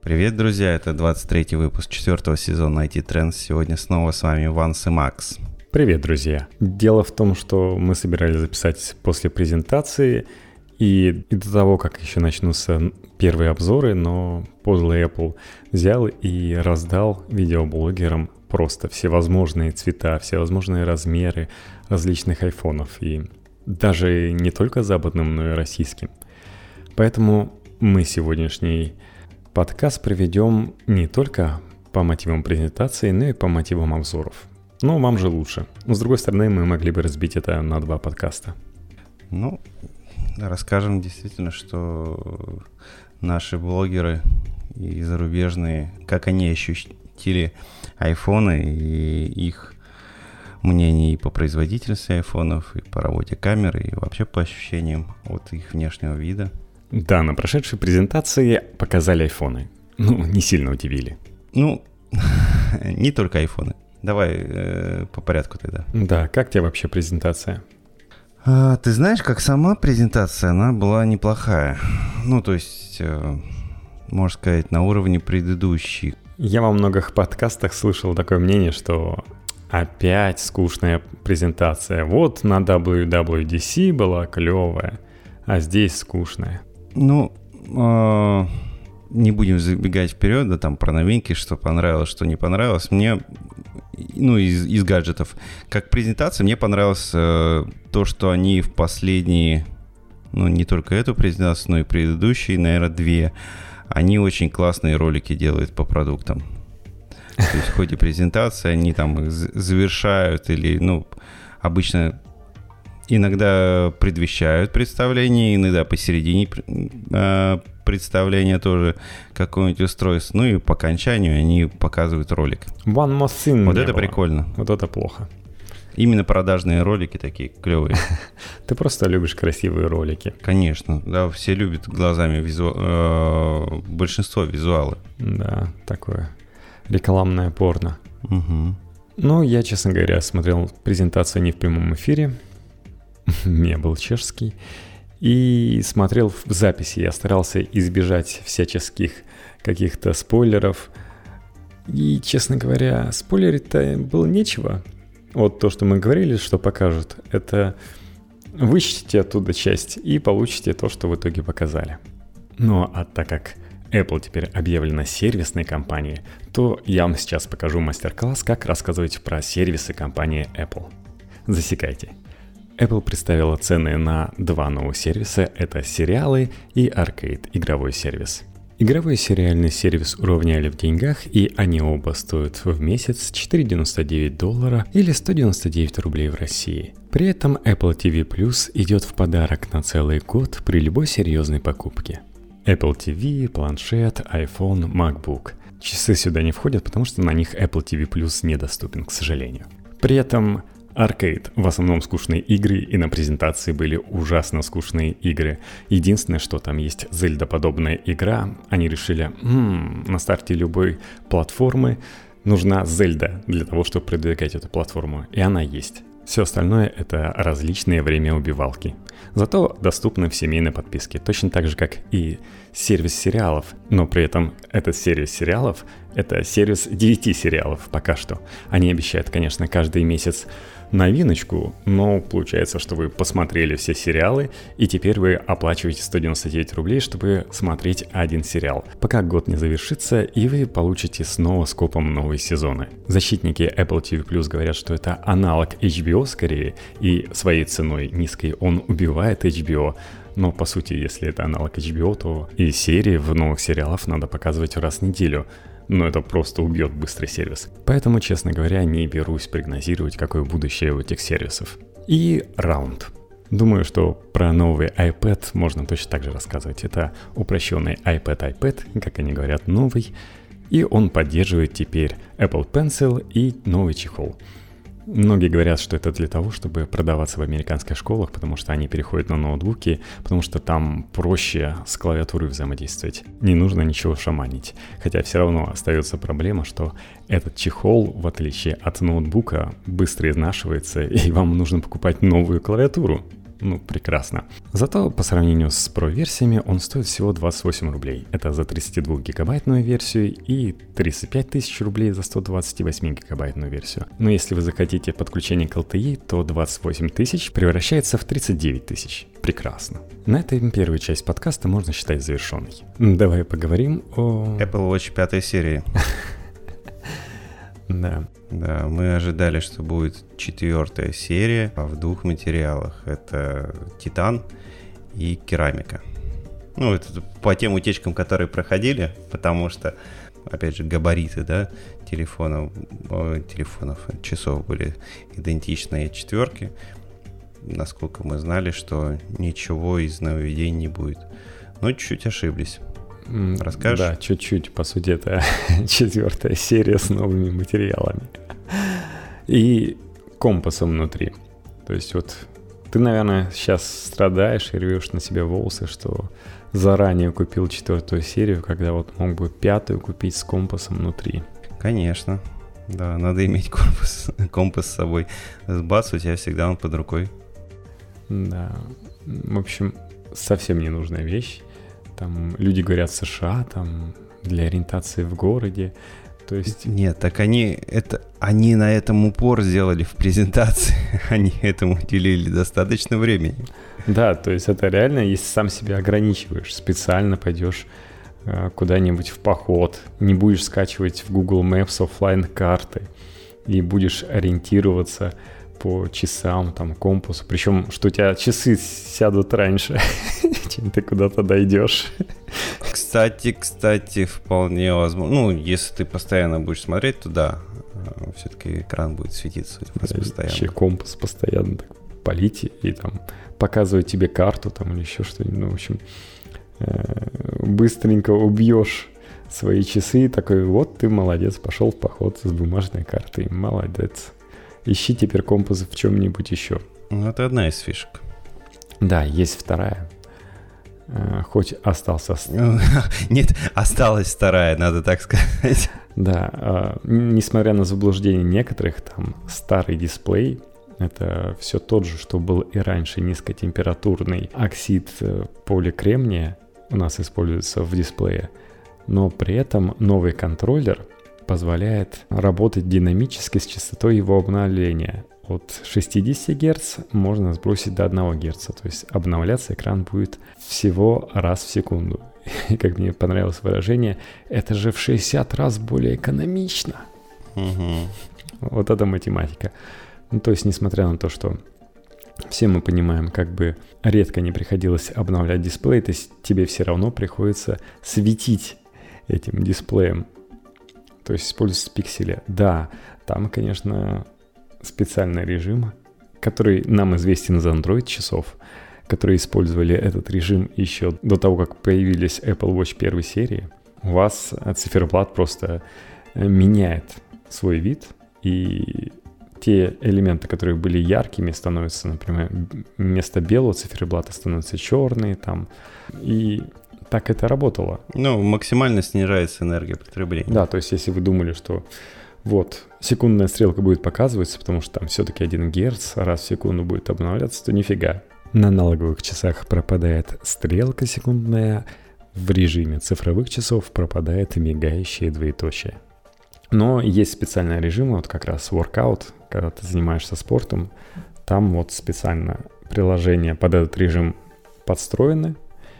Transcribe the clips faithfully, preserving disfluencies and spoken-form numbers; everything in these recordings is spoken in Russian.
Привет, друзья! Это двадцать третий выпуск четвертого сезона ай ти Trends. Сегодня снова с вами Ванс и Макс. Привет, друзья! Дело в том, что мы собирались записать после презентации и, и до того, как еще начнутся первые обзоры, но подлый Apple взял и раздал видеоблогерам просто всевозможные цвета, всевозможные размеры различных айфонов. И даже не только западным, но и российским. Поэтому мы сегодняшний подкаст проведем не только по мотивам презентации, но и по мотивам обзоров. Но вам же лучше. Но с другой стороны, мы могли бы разбить это на два подкаста. Ну, расскажем действительно, что наши блогеры и зарубежные, как они ощутили айфоны и их мнение и по производительности айфонов, и по работе камеры, и вообще по ощущениям от их внешнего вида. Да, на прошедшей презентации показали айфоны. Ну, не сильно удивили. Ну, не только айфоны. Давай э, по порядку тогда. Да, как тебе вообще презентация? А, ты знаешь, как сама презентация, она была неплохая. Ну, то есть, э, можно сказать, на уровне предыдущих. Я во многих подкастах слышал такое мнение, что опять скучная презентация. Вот на дабл ю дабл ю ди си была клевая, а здесь скучная. Ну, э, не будем забегать вперед, да, там про новинки, что понравилось, что не понравилось. Мне, ну, из, из гаджетов, как презентация, мне понравилось э, то, что они в последние, ну, не только эту презентацию, но и предыдущие, наверное, две, они очень классные ролики делают по продуктам. То есть в ходе презентации они там их завершают или, ну, обычно иногда предвещают представление, иногда посередине э, представления тоже какое-нибудь устройство. Ну и по окончанию они показывают ролик. One more thing. Вот это было. Прикольно. Вот это плохо. Именно продажные ролики такие клевые. Ты просто любишь красивые ролики. Конечно, да, все любят глазами визу... э, большинство визуалы. Да, такое рекламное порно. Угу. Ну, я, честно говоря, смотрел презентацию не в прямом эфире. Не был чешский. И смотрел в записи. Я старался избежать всяческих каких-то спойлеров. И, честно говоря, спойлерить-то было нечего. Вот то, что мы говорили, что покажут, это вычтите оттуда часть и получите то, что в итоге показали. Ну, а так как Apple теперь объявлена сервисной компанией, то я вам сейчас покажу мастер-класс, как рассказывать про сервисы компании Apple. Засекайте. Apple представила цены на два новых сервиса. Это сериалы и Arcade, игровой сервис. Игровой сериальный сервис уравняли в деньгах, и они оба стоят в месяц четыре девяносто девять доллара или сто девяносто девять рублей в России. При этом Apple ти ви Plus идет в подарок на целый год при любой серьезной покупке. Apple ти ви, планшет, iPhone, MacBook. Часы сюда не входят, потому что на них Apple ти ви Plus недоступен, к сожалению. При этом Arcade, в основном скучные игры, и на презентации были ужасно скучные игры. Единственное, что там есть Zelda-подобная игра, они решили, м-м, на старте любой платформы нужна Zelda для того, чтобы продвигать эту платформу, и она есть. Все остальное — это различные времяубивалки. Зато доступны в семейной подписке, точно так же, как и сервис сериалов. Но при этом этот сервис сериалов — это сервис девяти сериалов пока что. Они обещают, конечно, каждый месяц новиночку, но получается, что вы посмотрели все сериалы, и теперь вы оплачиваете сто девяносто девять рублей, чтобы смотреть один сериал, пока год не завершится, и вы получите снова скопом новые сезоны. Защитники Apple ти ви Plus говорят, что это аналог эйч би о скорее, и своей ценой низкой он убивает эйч би о. Но по сути, если это аналог эйч би о, то и серии в новых сериалах надо показывать раз в неделю. Но это просто убьет быстрый сервис. Поэтому, честно говоря, не берусь прогнозировать, какое будущее у этих сервисов. И раунд. Думаю, что про новый iPad можно точно так же рассказывать. Это упрощенный iPad iPad, как они говорят, новый. И он поддерживает теперь Apple Pencil и новый чехол. Многие говорят, что это для того, чтобы продаваться в американских школах, потому что они переходят на ноутбуки, потому что там проще с клавиатурой взаимодействовать. Не нужно ничего шаманить. Хотя все равно остается проблема, что этот чехол, в отличие от ноутбука, быстро изнашивается, и вам нужно покупать новую клавиатуру. ну, прекрасно. Зато по сравнению с Pro-версиями он стоит всего двадцать восемь рублей. Это за тридцатидвухгигабайтную версию и тридцать пять тысяч рублей за сто двадцать восемь гигабайтную версию. Но если вы захотите подключение к эл ти и, то двадцать восемь тысяч превращается в тридцать девять тысяч. Прекрасно. На этом первую часть подкаста можно считать завершенной. Давай поговорим о... Apple Watch пятой серии. Да. Да, мы ожидали, что будет четвертая серия в двух материалах. Это титан и керамика. Ну, это по тем утечкам, которые проходили, потому что, опять же, габариты, да, телефонов, телефонов, часов были идентичны четверке. Насколько мы знали, что ничего из нововведений не будет. Но чуть-чуть ошиблись. Расскажешь? Да, чуть-чуть. По сути, это четвертая серия с новыми материалами. И компасом внутри. То есть вот ты, наверное, сейчас страдаешь и рвешь на себе волосы, что заранее купил четвертую серию, когда вот мог бы пятую купить с компасом внутри. Конечно. Да, надо иметь компас, компас с собой. С бац, у тебя всегда он под рукой. Да. В общем, совсем ненужная вещь. Там люди говорят в США, там для ориентации в городе. То есть... Нет, так они, это, они на этом упор сделали в презентации. Они этому уделили достаточно времени. Да, то есть это реально, если сам себя ограничиваешь, специально пойдешь э, куда-нибудь в поход, не будешь скачивать в Google Maps оффлайн карты и будешь ориентироваться по часам, там, компасу. Причем, что у тебя часы сядут раньше, чем ты куда-то дойдешь. Кстати, кстати, вполне возможно. Ну, если ты постоянно будешь смотреть, то да, все-таки экран будет светиться да, постоянно. Еще компас постоянно так палить и там показывать тебе карту там или еще что-нибудь. Ну, в общем, быстренько убьешь свои часы и такой, вот ты молодец, пошел в поход с бумажной картой. Молодец. Ищи теперь компас в чем-нибудь еще. Ну, это одна из фишек. Да, есть вторая. Хоть остался... Нет, осталась вторая, надо так сказать. Да, несмотря на заблуждение некоторых, там старый дисплей, это все тот же, что был и раньше, низкотемпературный оксид поликремния у нас используется в дисплее, но при этом новый контроллер позволяет работать динамически с частотой его обновления. От шестьдесят герц можно сбросить до одного герца, то есть обновляться экран будет всего раз в секунду. И как мне понравилось выражение, это же в шестьдесят раз более экономично. Угу. Вот это математика. Ну, то есть, несмотря на то, что все мы понимаем, как бы редко не приходилось обновлять дисплей, то есть тебе все равно приходится светить этим дисплеем. То есть используются пиксели. Да, там, конечно, специальный режим, который нам известен из Android часов, которые использовали этот режим еще до того, как появились Apple Watch первой серии. У вас циферблат просто меняет свой вид, и те элементы, которые были яркими, становятся, например, вместо белого циферблата становятся черные там, и так это работало. Ну, максимально снижается энергопотребление. Да, то есть если вы думали, что вот секундная стрелка будет показываться, потому что там все-таки один герц раз в секунду будет обновляться, то нифига. На аналоговых часах пропадает стрелка секундная, в режиме цифровых часов пропадает мигающее двоеточие. Но есть специальные режимы, вот как раз workout, когда ты занимаешься спортом, там вот специально приложения под этот режим подстроены,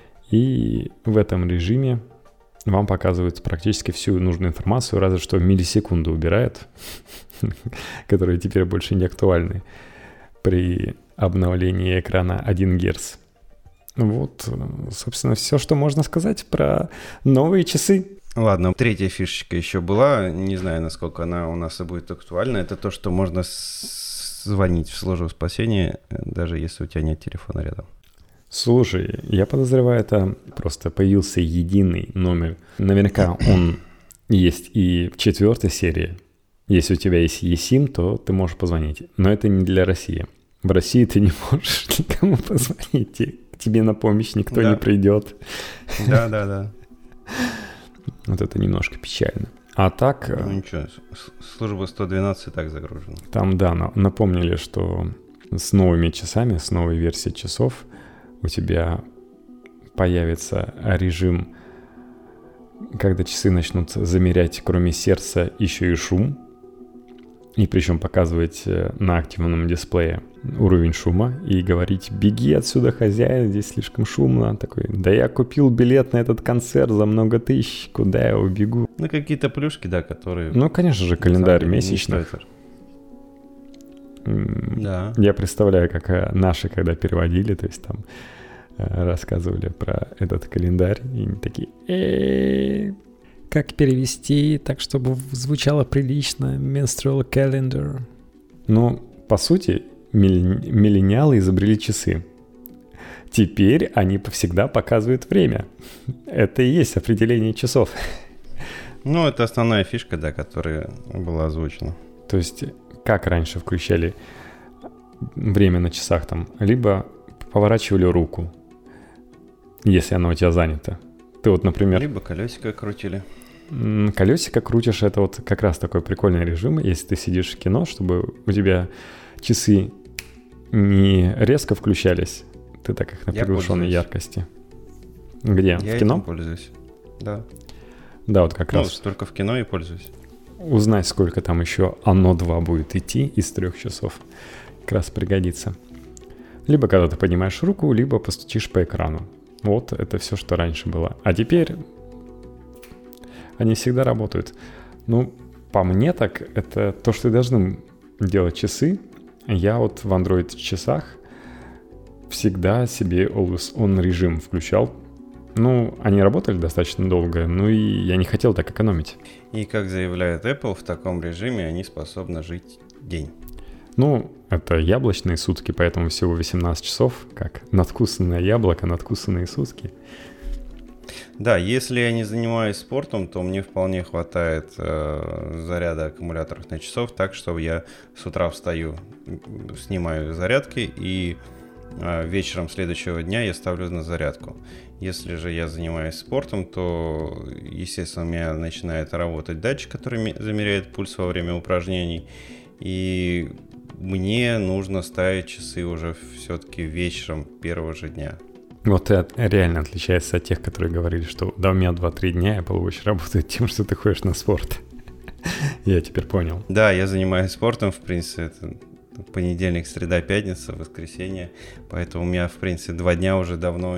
и в этом режиме вам показывают практически всю нужную информацию, разве что миллисекунды убирают, которые теперь больше не актуальны при обновлении экрана один герц. Вот, собственно, все, что можно сказать про новые часы. Ладно, третья фишечка еще была, не знаю, насколько она у нас и будет актуальна, это то, что можно звонить в службу спасения, даже если у тебя нет телефона рядом. Слушай, я подозреваю, это просто появился единый номер. Наверняка он есть и в четвертой серии. Если у тебя есть eSIM, то ты можешь позвонить. Но это не для России. В России ты не можешь никому позвонить. Тебе на помощь никто да. не придет. Да, да, да. Вот это немножко печально. А так... Ну ничего, служба сто двенадцать и так загружена. Там, да, напомнили, что с новыми часами, с новой версией часов у тебя появится режим, когда часы начнут замерять, кроме сердца, еще и шум. И причем показывать на активном дисплее уровень шума и говорить: беги отсюда, хозяин, здесь слишком шумно. Такой: да я купил билет на этот концерт за много тысяч, куда я убегу? Ну, какие-то плюшки, да, которые... Ну, конечно же, календарь месячных. Да. Я представляю, как наши, когда переводили, то есть там рассказывали про этот календарь, и они такие: э-э-э, как перевести так, чтобы звучало прилично? Menstrual calendar. Ну, по сути, миллениалы изобрели часы. Теперь они всегда показывают время. Это и есть определение часов. Ну, это основная фишка, да, которая была озвучена. То есть, как раньше включали время на часах там? Либо поворачивали руку, если оно у тебя занято. Ты вот, например... Либо колесико крутили. Колесико крутишь, это вот как раз такой прикольный режим, если ты сидишь в кино, чтобы у тебя часы не резко включались, ты так их на приглушенной яркости. Где? Я в кино? Этим пользуюсь, да. Да, вот как ну, раз. только в кино и пользуюсь. Узнай, сколько там еще оно два будет идти из трех часов. Как раз пригодится. Либо когда ты поднимаешь руку, либо постучишь по экрану. Вот это все, что раньше было. А теперь они всегда работают. Ну, по мне так, это то, что должны делать часы. Я вот в Android часах всегда себе Always On режим включал. Ну, они работали достаточно долго, ну и я не хотел так экономить. И как заявляет Apple, в таком режиме они способны жить день. Ну, это яблочные сутки, поэтому всего восемнадцать часов, как надкусанное яблоко, надкусанные сутки. Да, если я не занимаюсь спортом, то мне вполне хватает э, заряда аккумуляторных часов, так что я с утра встаю, снимаю зарядки и э, вечером следующего дня я ставлю на зарядку. Если же я занимаюсь спортом, то, естественно, у меня начинает работать датчик, который замеряет пульс во время упражнений, и мне нужно ставить часы уже все-таки вечером первого же дня. Вот это реально отличается от тех, которые говорили, что да, у меня два-три дня, Apple Watch работает тем, что ты ходишь на спорт. Я теперь понял. Да, я занимаюсь спортом, в принципе, это понедельник, среда, пятница, воскресенье, поэтому у меня, в принципе, два дня уже давно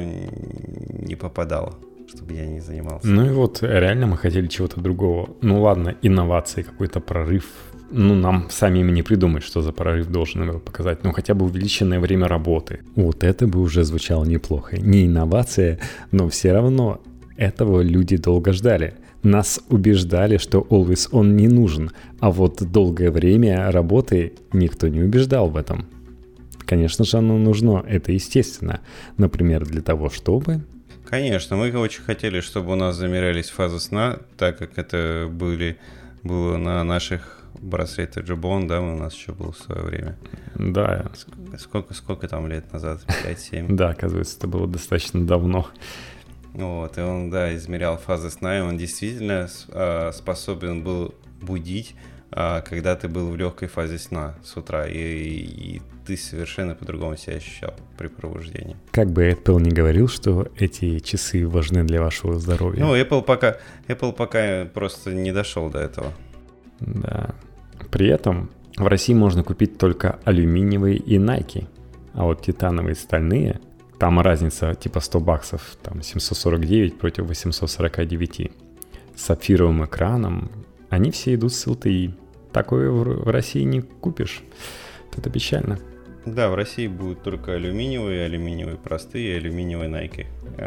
не попадало, чтобы я не занимался. Ну и вот реально мы хотели чего-то другого. Ну ладно, инновации, какой-то прорыв. Ну, нам самим не придумать, что за прорыв должен его показать. Ну, хотя бы увеличенное время работы. Вот это бы уже звучало неплохо. Не инновация, но все равно этого люди долго ждали. Нас убеждали, что Always On не нужен, а вот долгое время работы никто не убеждал в этом. Конечно же, оно нужно, это естественно. Например, для того, чтобы... Конечно, мы очень хотели, чтобы у нас замерялись фазы сна, так как это были, было на наших браслетах Jabon, да, у нас еще был в свое время. Да. Сколько, сколько там лет назад? пять-семь? Да, оказывается, это было достаточно давно. Вот, и он, да, измерял фазы сна, и он действительно э, способен был будить, э, когда ты был в легкой фазе сна с утра, и, и ты совершенно по-другому себя ощущал при пробуждении. Как бы Apple не говорил, что эти часы важны для вашего здоровья. Ну, Apple пока, Apple пока просто не дошел до этого. Да. При этом в России можно купить только алюминиевые и Nike, а вот титановые стальные, там разница типа сто баксов, там семьсот сорок девять против восемьсот сорок девять. С сапфировым экраном они все идут с эл ти и. Такое в России не купишь. Это печально. Да, в России будут только алюминиевые, алюминиевые простые, алюминиевые Nike.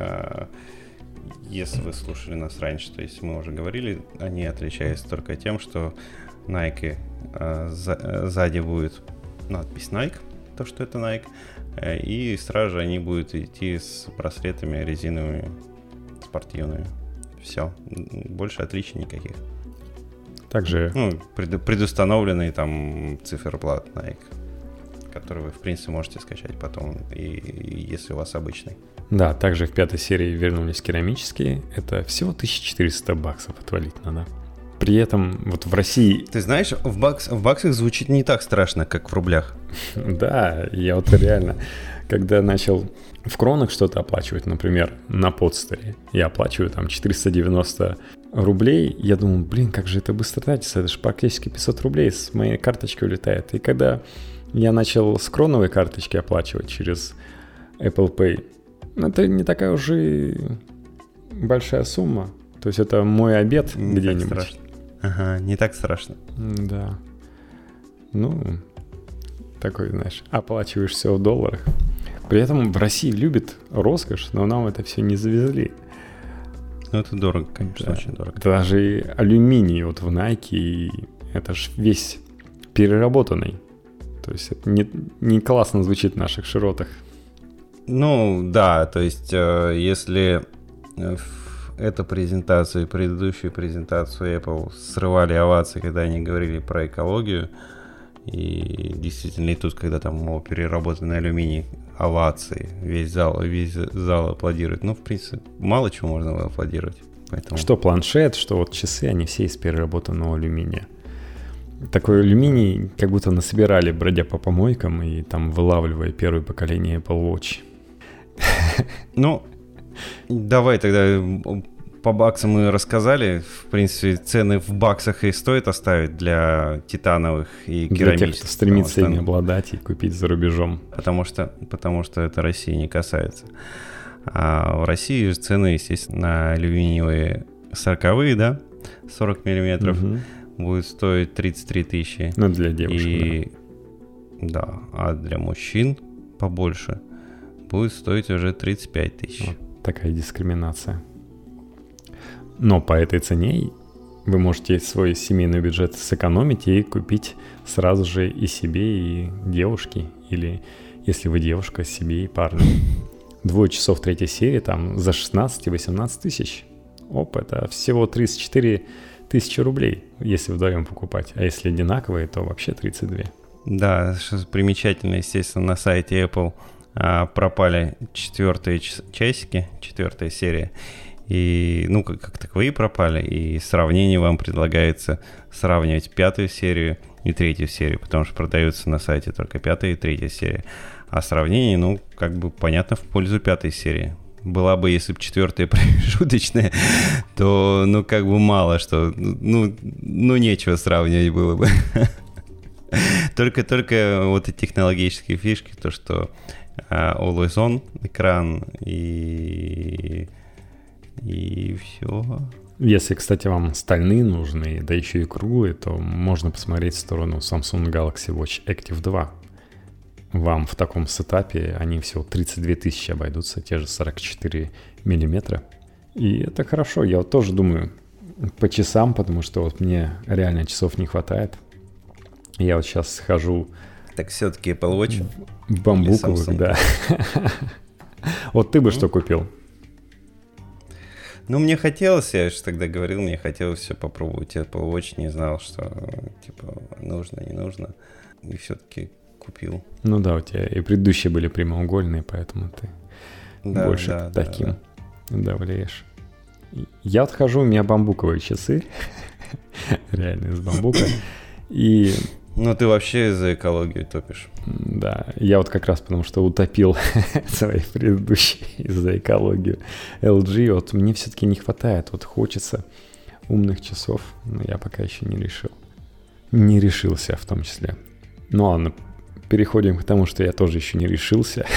Если вы слушали нас раньше, то есть мы уже говорили, они отличаются только тем, что Nike сзади будет надпись Nike, то, что это Nike, и сразу же они будут идти с браслетами резиновыми, спортивными. Все, больше отличий никаких. Также... Ну, пред, предустановленный там циферблат Nike, который вы, в принципе, можете скачать потом, и, и если у вас обычный. Да, также в пятой серии вернулись керамические. Это всего тысяча четыреста баксов, отвалить надо. При этом вот в России... Ты знаешь, в, бакс, в баксах звучит не так страшно, как в рублях. Да, я вот реально, когда начал в кронах что-то оплачивать, например, на подстере, я оплачиваю там четыреста девяносто рублей, я думаю, блин, как же это быстро тратится, это же практически пятьсот рублей с моей карточки улетает. И когда я начал с кроновой карточки оплачивать через Apple Pay, это не такая уже большая сумма. То есть это мой обед не где-нибудь. Так страшно. Ага, не так страшно. Да. Ну, такой, знаешь, оплачиваешь все в долларах. При этом в России любят роскошь, но нам это все не завезли. Ну, это дорого, конечно, да. Очень дорого. Даже алюминий вот в Nike, это ж весь переработанный. То есть это не, не классно звучит в наших широтах. Ну, да, то есть если эту презентацию и предыдущую презентацию Apple срывали овации, когда они говорили про экологию, и действительно и тут, когда там, мол, переработанный алюминий, овации, весь зал, весь зал аплодирует. Ну, в принципе, мало чего можно аплодировать. Поэтому... Что планшет, что вот часы, они все из переработанного алюминия. Такой алюминий как будто насобирали, бродя по помойкам и там вылавливая первое поколение Apple Watch. Ну, давай тогда по баксам мы рассказали. В принципе, цены в баксах и стоит оставить для титановых и керамических. Для тех, кто стремится ими обладать и купить за рубежом. Потому что, потому что это России не касается. А в России цены, естественно, на алюминиевые сороковые, да, сорок миллиметров, угу. будет стоить тридцать три тысячи. Ну, для девушек, и... да. Да, а для мужчин побольше будет стоить уже тридцать пять тысяч. Вот такая дискриминация. Но по этой цене вы можете свой семейный бюджет сэкономить и купить сразу же и себе, и девушке. Или, если вы девушка, себе и парню. Двое часов третьей серии там за шестнадцать-восемнадцать тысяч. Оп, это всего тридцать четыре тысячи рублей, если вдвоем покупать. А если одинаковые, то вообще тридцать два. Да, что примечательно, естественно, на сайте Apple а, пропали четвертые часики, четвертая серия. И, ну, как, как таковые пропали, и сравнение вам предлагается сравнивать пятую серию и третью серию, потому что продаются на сайте только пятая и третья серия. А сравнение, ну, как бы понятно, в пользу пятой серии. Была бы, если бы четвертая промежуточная, то, ну, как бы мало что, ну, ну нечего сравнивать было бы. Только-только вот эти технологические фишки, то, что uh, Always On экран и... И все. Если, кстати, вам стальные нужны, да еще и круглые, то можно посмотреть в сторону Samsung Galaxy Watch Active два. Вам в таком сетапе они всего тридцать две тысячи обойдутся, те же сорок четыре миллиметра. И это хорошо, я вот тоже думаю по часам, потому что вот мне реально часов не хватает. Я вот сейчас схожу... Так все-таки Apple Watch? Бамбуковых, да. Вот ты бы что купил? Ну, мне хотелось, я же тогда говорил, мне хотелось все попробовать. Apple Watch, не знал, что, типа, нужно, не нужно. И все-таки купил. Ну да, у тебя и предыдущие были прямоугольные, поэтому ты да, больше да, таким да, да. давлеешь. Я вот хожу, у меня бамбуковые часы. Реально из бамбука. И... Ну, ты вообще за экологию топишь. Да, я вот как раз потому что утопил свои предыдущие за экологию эл джи. Вот мне все-таки не хватает, вот хочется умных часов, но я пока еще не решил. Не решился в том числе. Ну ладно, переходим к тому, что я тоже еще не решился.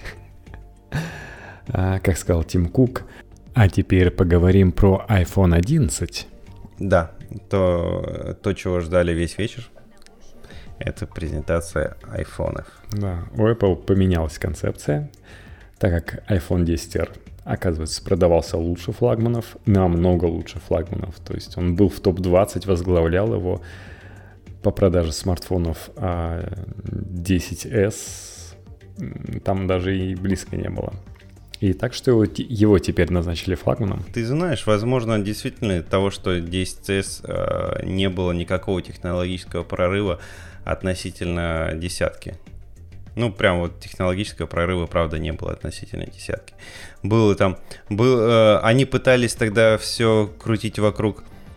а, как сказал Тим Кук. А теперь поговорим про айфон одиннадцать. Да, то, то, чего ждали весь вечер. Это презентация айфонов. Да, у Apple поменялась концепция, так как айфон десять эр, оказывается, продавался лучше флагманов, намного лучше флагманов. То есть он был в топ двадцать, возглавлял его по продаже смартфонов, а десять эс там даже и близко не было. И так что его, его теперь назначили флагманом. Ты знаешь, возможно, действительно того, что десять эс э, не было никакого технологического прорыва относительно десятки. Ну, прям вот технологического прорыва, правда, не было относительно десятки. Было там... Был, э, они пытались тогда все крутить вокруг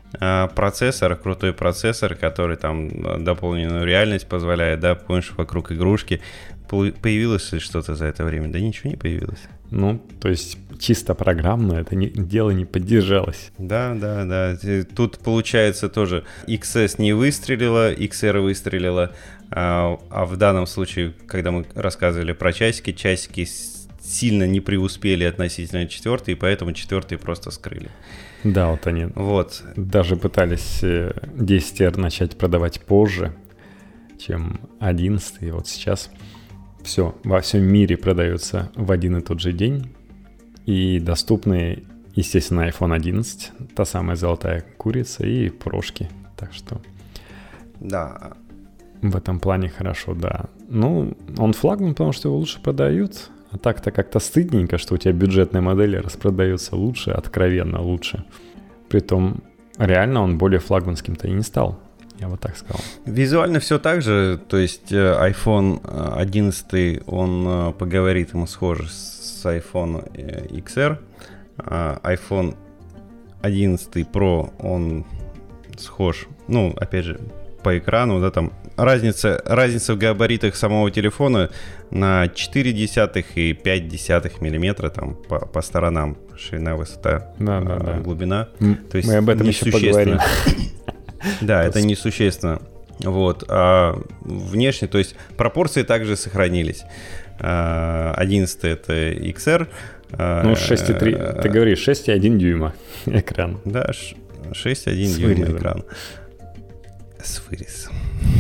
а, процессор, крутой процессор, который там дополненную реальность позволяет, да, помнишь, вокруг игрушки. Появилось ли что-то за это время? Да ничего не появилось. Ну, то есть чисто программно это не, дело не поддержалось. Да, да, да. Тут получается тоже икс эс не выстрелила, икс ар выстрелила, а, а в данном случае, когда мы рассказывали про часики, часики сильно не преуспели относительно четвертой, и поэтому четвертый просто скрыли. Да, вот они вот. даже пытались десять эр начать продавать позже, чем одиннадцатый. Вот сейчас все во всем мире продается в один и тот же день. И доступны, естественно, айфон одиннадцать, та самая золотая курица, и прошки. Так что да. В этом плане хорошо, да. Ну, он флагман, потому что его лучше продают. А так-то как-то стыдненько, что у тебя бюджетные модели распродаются лучше, откровенно лучше. Притом реально он более флагманским-то и не стал. Я вот так сказал. Визуально все так же. То есть айфон одиннадцать, он по габаритам схож с iPhone икс ар. iPhone одиннадцать Pro, он схож, ну, опять же, по экрану, да, там разница, разница в габаритах самого телефона на четыре десятых и пять десятых миллиметра там по, по сторонам, ширина, высота, да, да, да. глубина. То есть мы об этом еще поговорим. Да, это несущественно. Вот. А внешне, то есть пропорции также сохранились. одиннадцать это икс ар. Ну, шесть и три, ты говоришь, шесть и один дюйма экран. Да, шесть и один дюйма экран. С вырезом.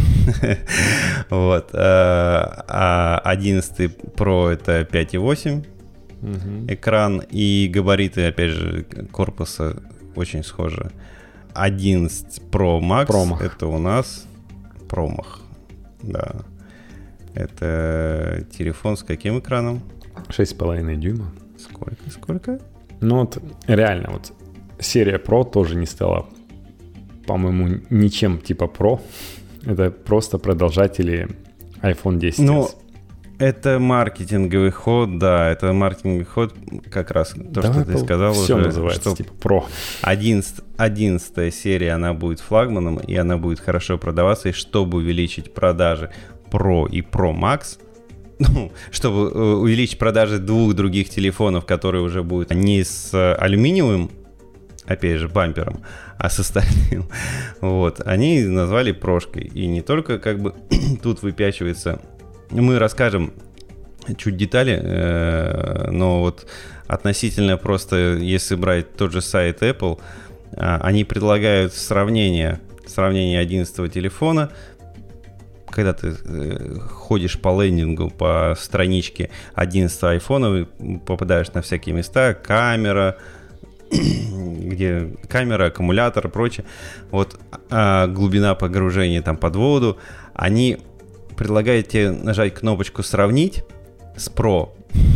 Вот. А одиннадцать Pro это пять и восемь экран, и габариты, опять же, корпуса очень схожи. одиннадцать Pro Max Промах. Это у нас промах. Да. Это телефон с каким экраном? шесть с половиной дюйма. Сколько? Сколько? Ну вот реально, вот серия Pro тоже не стала, по-моему, ничем типа Pro. Это просто продолжатели айфон десять эс. Ну, это маркетинговый ход, да, это маркетинговый ход, как раз то, Давай что ты сказал все уже. называется что типа Pro. одиннадцатая серия, она будет флагманом, и она будет хорошо продаваться, и чтобы увеличить продажи Pro и Pro Max, ну, чтобы увеличить продажи двух других телефонов, которые уже будут не с алюминиевым, опять же, бампером, а с остальным, вот, они назвали прошкой. И не только как бы тут выпячивается, мы расскажем чуть детали, э, но вот относительно просто, если брать тот же сайт Apple, э, они предлагают сравнение, сравнение одиннадцатого телефона. Когда ты э, ходишь по лендингу, по страничке одиннадцатого айфона, попадаешь на всякие места, камера, где камера, аккумулятор и прочее. Вот а, глубина погружения там под воду. Они предлагают тебе нажать кнопочку «Сравнить» с Pro.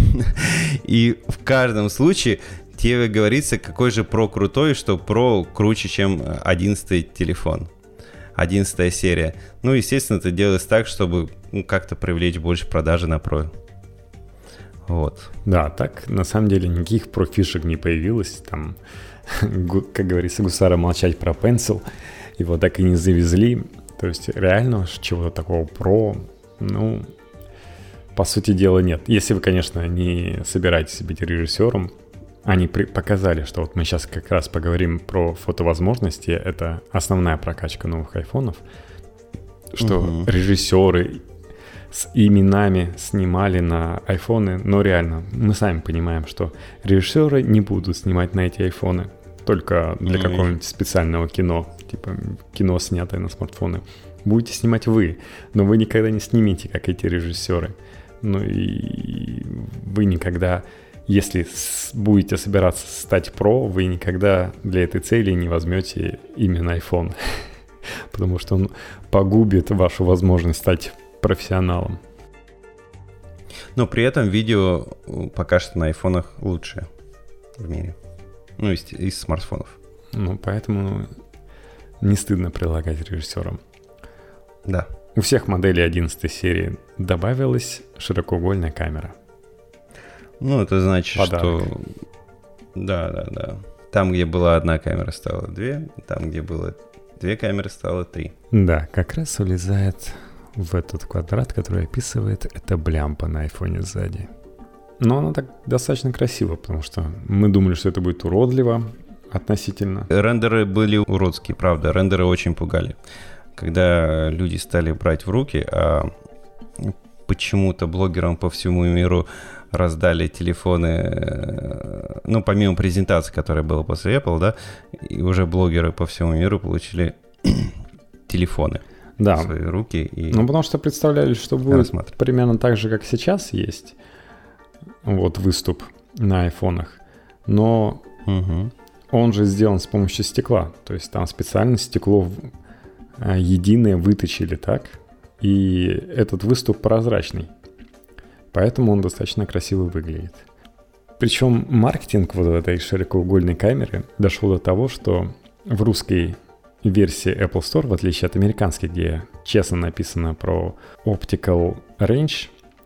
И в каждом случае тебе говорится, какой же Pro крутой, что Pro круче, чем одиннадцатый телефон. одиннадцатая серия. Ну, естественно, это делается так, чтобы ну, как-то привлечь больше продажи на Pro. Вот. Да, так на самом деле никаких про-фишек не появилось. Там, как говорится, гусара молчать про Pencil. Его так и не завезли. То есть реально чего-то такого про, ну, по сути дела нет. Если вы, конечно, не собираетесь быть режиссером, они при- показали, что вот мы сейчас как раз поговорим про фотовозможности. Это основная прокачка новых айфонов. Что угу. режиссеры с именами снимали на айфоны. Но реально, мы сами понимаем, что режиссеры не будут снимать на эти айфоны. Только для ну, какого-нибудь специального кино. Типа кино, снятое на смартфоны. Будете снимать вы. Но вы никогда не снимете, как эти режиссеры. Ну и вы никогда... Если будете собираться стать про, вы никогда для этой цели не возьмете именно iPhone, потому что он погубит вашу возможность стать профессионалом. Но при этом видео пока что на айфонах лучшее в мире. Ну, из, из смартфонов. Ну, поэтому не стыдно предлагать режиссерам. Да. У всех моделей одиннадцатой серии добавилась широкоугольная камера. Ну, это значит, Подарок. что... Да, да, да. Там, где была одна камера, стало две. Там, где было две камеры, стало три. Да, как раз влезает в этот квадрат, который описывает эта блямпа на айфоне сзади. Но она так достаточно красиво, потому что мы думали, что это будет уродливо относительно. Рендеры были уродские, правда. Рендеры очень пугали. Когда люди стали брать в руки, а почему-то блогерам по всему миру раздали телефоны, ну, помимо презентации, которая была после Apple, да, и уже блогеры по всему миру получили телефоны да. в свои руки. И ну, потому что представляли, что будет примерно так же, как сейчас есть вот выступ на айфонах, но угу. он же сделан с помощью стекла, то есть там специально стекло единое выточили, так, и этот выступ прозрачный. Поэтому он достаточно красиво выглядит. Причем маркетинг вот этой широкоугольной камеры дошел до того, что в русской версии Apple Store, в отличие от американской, где честно написано про Optical Range,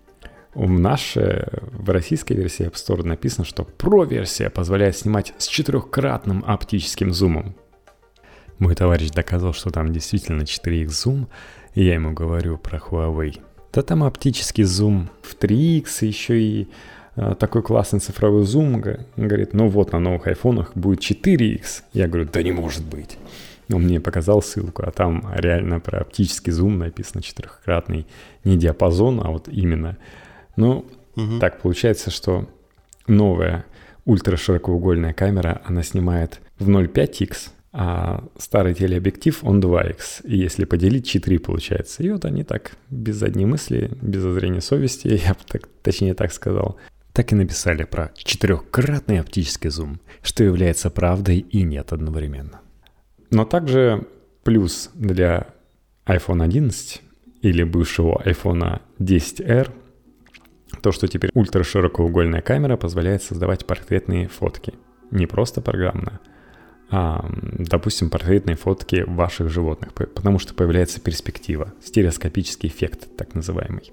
в нашей, в российской версии App Store написано, что Pro-версия позволяет снимать с четырехкратным оптическим зумом. Мой товарищ доказал, что там действительно четыре икс зум, и я ему говорю про Huawei. Да там оптический зум в три икс, еще и а, такой классный цифровой зум. Он говорит, ну вот на новых айфонах будет четыре икс. Я говорю, да не может быть. Он мне показал ссылку, а там реально про оптический зум написано четырехкратный. Не диапазон, а вот именно. Ну, угу. так получается, что новая ультраширокоугольная камера, она снимает в ноль целых пять десятых икс, а старый телеобъектив, он два икс. И если поделить, четыре получается. И вот они так, без задней мысли, без зазрения совести, я бы так, точнее так сказал, так и написали про четырехкратный оптический зум, что является правдой и нет одновременно. Но также плюс для айфон одиннадцать или бывшего айфон десять эр, то, что теперь ультраширокоугольная камера позволяет создавать портретные фотки. Не просто программно, а, допустим, портретные фотки ваших животных, потому что появляется перспектива, стереоскопический эффект, так называемый.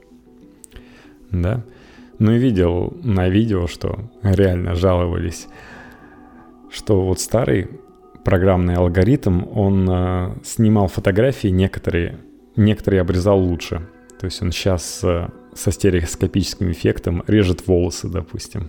Да? Ну и видел на видео, что реально жаловались, что вот старый программный алгоритм, он а, снимал фотографии, некоторые, некоторые обрезал лучше. То есть он сейчас а, со стереоскопическим эффектом режет волосы, допустим.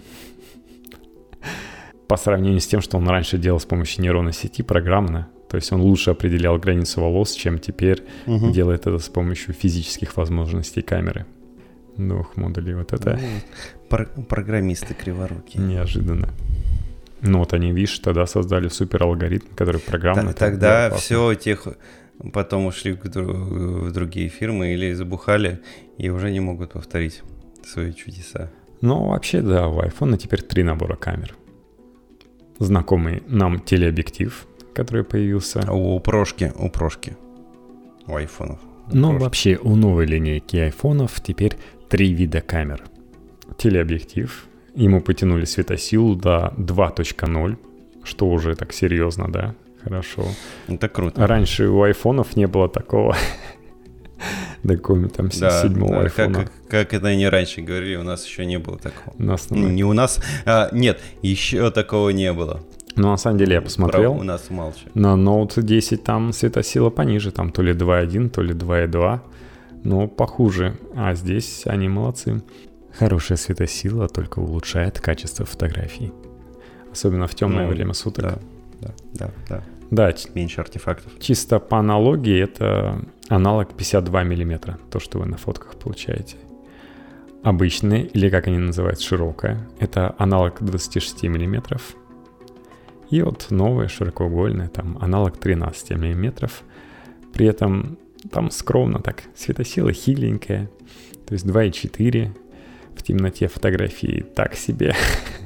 По сравнению с тем, что он раньше делал с помощью нейронной сети программно. То есть он лучше определял границу волос, чем теперь угу. делает это с помощью физических возможностей камеры. Двух модулей. Вот это... Про- программисты криворукие. Неожиданно. Ну вот они, видишь, тогда создали супералгоритм, который программно... Т- тогда все тех... Потом ушли в другие фирмы или забухали и уже не могут повторить свои чудеса. Ну, вообще, да, у айфона теперь три набора камер. Знакомый нам телеобъектив, который появился. У прошки, у прошки, у айфонов. У ну, прошки. Вообще, у новой линейки айфонов теперь три вида камер. Телеобъектив, ему потянули светосилу до два точка ноль, что уже так серьезно, да? Хорошо. Это круто. Раньше у айфонов не было такого. До какого там да, седьмого да, айфона. Как, как это они раньше говорили, у нас еще не было такого. Нас, ну, не у нас, а, нет, еще такого не было. Ну, на самом деле, я посмотрел. Про, у нас умалчивают. На Note десять там светосила пониже, там то ли два и один, то ли два и два. Но похуже. А здесь они молодцы. Хорошая светосила только улучшает качество фотографий. Особенно в темное ну, время суток. Да, да, да. да. Да, меньше артефактов. Чисто по аналогии это аналог пятьдесят два миллиметра, то, что вы на фотках получаете. Обычный, или как они называют, широкая, это аналог двадцать шесть миллиметров. И вот новая широкоугольная, там аналог тринадцать миллиметров. При этом там скромно так, светосила хиленькая, то есть два и четыре. В темноте фотографии так себе.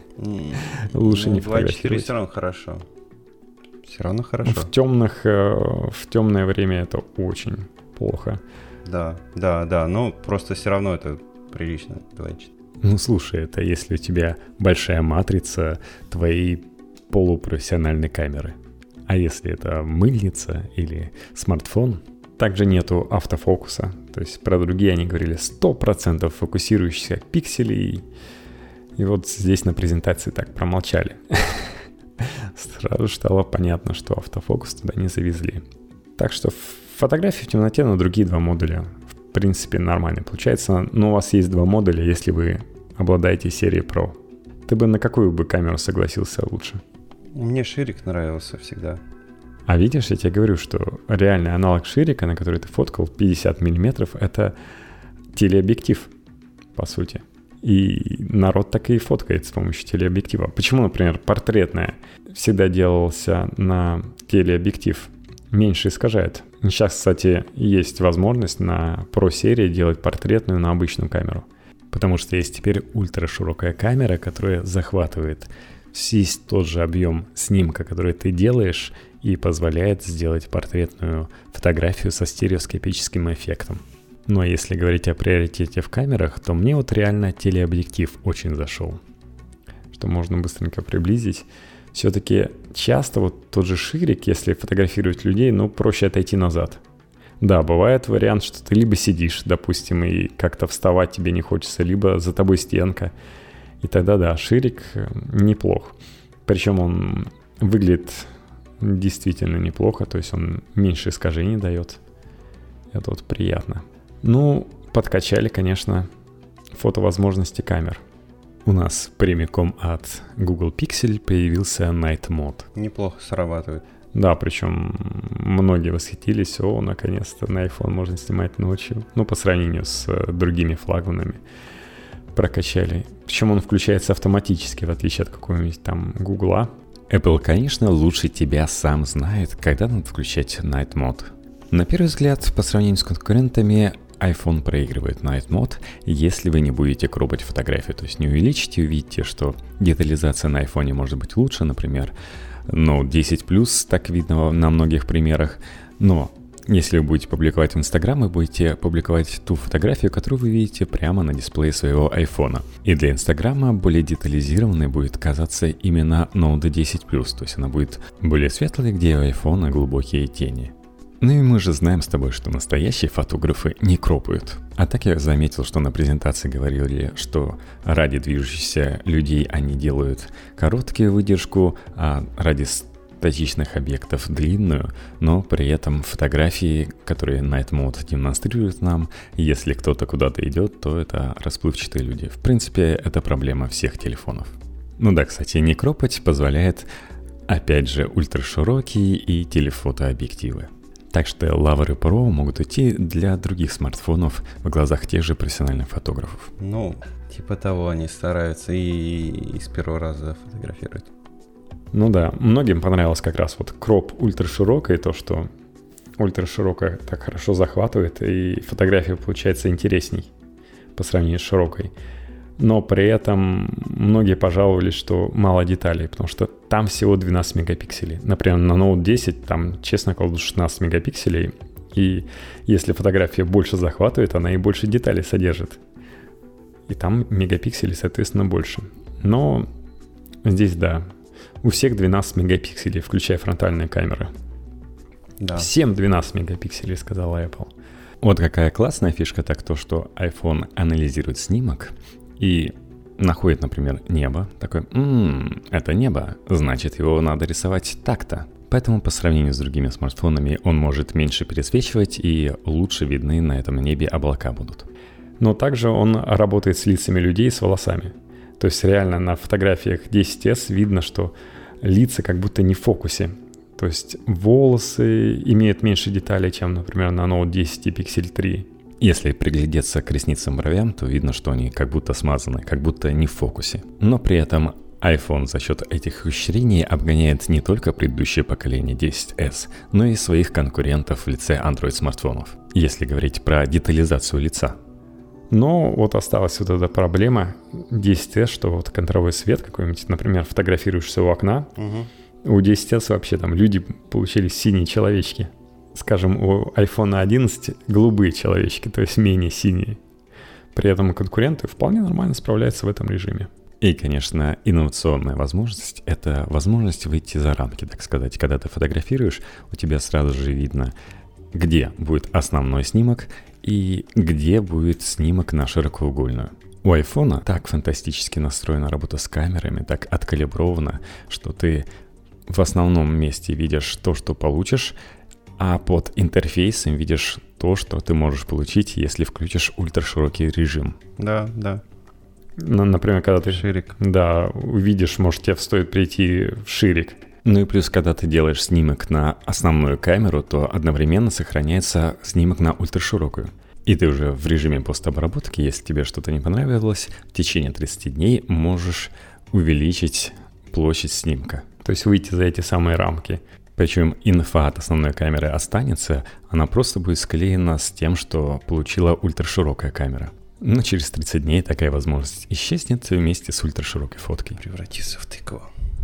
Лучше не фотографировать. два и четыре все равно хорошо. Все равно хорошо. В темных, в темное время это очень плохо. Да, да, да, но просто все равно это прилично. два и четыре. Ну, слушай, это если у тебя большая матрица твоей полупрофессиональной камеры. А если это мыльница или смартфон, также нету автофокуса. То есть про другие они говорили сто процентов фокусирующихся пикселей. И вот здесь на презентации так промолчали. сразу стало понятно, что автофокус туда не завезли. Так что фотографии в темноте на другие два модуля в принципе нормально получается, но у вас есть два модуля, если вы обладаете серией Pro. Ты бы на какую бы камеру согласился лучше? Мне ширик нравился всегда. А видишь, я тебе говорю, что реальный аналог ширика, на который ты фоткал, пятьдесят миллиметров, это телеобъектив, по сути. И народ так и фоткает с помощью телеобъектива. Почему, например, портретная всегда делался на телеобъектив? Меньше искажает. Сейчас, кстати, есть возможность на Pro-серии делать портретную на обычную камеру. Потому что есть теперь ультраширокая камера, которая захватывает весь тот же объем снимка, который ты делаешь, и позволяет сделать портретную фотографию со стереоскопическим эффектом. Но если говорить о приоритете в камерах, то мне вот реально телеобъектив очень зашел. Что можно быстренько приблизить. Все-таки часто вот тот же ширик, если фотографировать людей, ну, проще отойти назад. Да, бывает вариант, что ты либо сидишь, допустим, и как-то вставать тебе не хочется, либо за тобой стенка. И тогда, да, ширик неплох. Причем он выглядит действительно неплохо, то есть он меньше искажений дает. Это вот приятно. Ну, подкачали, конечно, фотовозможности камер. У нас прямиком от Google Pixel появился Night Mode. Неплохо срабатывает. Да, причем многие восхитились, о, наконец-то на iPhone можно снимать ночью. Ну, по сравнению с другими флагманами прокачали. Причем он включается автоматически, в отличие от какого-нибудь там Гугла. Apple, конечно, лучше тебя сам знает, когда надо включать Night Mode. На первый взгляд, по сравнению с конкурентами, iPhone проигрывает Night Mode, если вы не будете кропать фотографию, то есть не увеличите, увидите, что детализация на iPhone может быть лучше, например, Note десять плюс, так видно на многих примерах, но если вы будете публиковать в Instagram, вы будете публиковать ту фотографию, которую вы видите прямо на дисплее своего iPhone. И для Инстаграма более детализированной будет казаться именно Note десять плюс, то есть она будет более светлой, где у iPhone глубокие тени. Ну и мы же знаем с тобой, что настоящие фотографы не кропают. А так я заметил, что на презентации говорили, что ради движущихся людей они делают короткую выдержку, а ради статичных объектов длинную, но при этом фотографии, которые Night Mode демонстрирует нам, если кто-то куда-то идет, то это расплывчатые люди. В принципе, это проблема всех телефонов. Ну да, кстати, не кропать позволяет, опять же, ультраширокие и телефотообъективы. Так что лавры Pro могут идти для других смартфонов в глазах тех же профессиональных фотографов. Ну, типа того, они стараются и, и с первого раза фотографировать. Ну да, многим понравилось как раз вот кроп ультраширокой, то, что ультраширокая так хорошо захватывает, и фотография получается интересней по сравнению с широкой. Но при этом многие пожаловались, что мало деталей, потому что там всего двенадцать мегапикселей. Например, на Note десять там, честно говоря, шестнадцать мегапикселей, и если фотография больше захватывает, она и больше деталей содержит. И там мегапикселей, соответственно, больше. Но здесь, да, у всех двенадцать мегапикселей, включая фронтальные камеры. Да. Всем двенадцать мегапикселей, сказала Apple. Вот какая классная фишка, так то, что iPhone анализирует снимок и находит, например, небо, такой, «Ммм, это небо, значит, его надо рисовать так-то». Поэтому по сравнению с другими смартфонами он может меньше пересвечивать и лучше видны на этом небе облака будут. Но также он работает с лицами людей, с волосами. То есть реально на фотографиях десять эс видно, что лица как будто не в фокусе. То есть волосы имеют меньше деталей, чем, например, на Note десять и Pixel три. Если приглядеться к ресницам, бровям, то видно, что они как будто смазаны, как будто не в фокусе. Но при этом iPhone за счет этих ухищрений обгоняет не только предыдущее поколение десять эс, но и своих конкурентов в лице Android-смартфонов, если говорить про детализацию лица. Но вот осталась вот эта проблема десять эс, что вот контровой свет какой-нибудь, например, фотографируешься у окна, угу. У десять эс вообще там люди получили синие человечки. Скажем, у айфон одиннадцать голубые человечки, то есть менее синие. При этом конкуренты вполне нормально справляются в этом режиме. И, конечно, инновационная возможность – это возможность выйти за рамки, так сказать. Когда ты фотографируешь, у тебя сразу же видно, где будет основной снимок и где будет снимок на широкоугольную. У айфона так фантастически настроена работа с камерами, так откалибрована, что ты в основном месте видишь то, что получишь, а под интерфейсом видишь то, что ты можешь получить, если включишь ультраширокий режим. Да, да. Ну, например, когда ты... Ширик. Да, увидишь, может, тебе стоит прийти в ширик. Ну и плюс, когда ты делаешь снимок на основную камеру, то одновременно сохраняется снимок на ультраширокую. И ты уже в режиме постобработки, если тебе что-то не понравилось, в течение тридцати дней можешь увеличить площадь снимка. То есть выйти за эти самые рамки. Причем инфа от основной камеры останется, она просто будет склеена с тем, что получила ультраширокая камера. Но через тридцать дней такая возможность исчезнет вместе с ультраширокой фоткой. Превратиться в тыкву.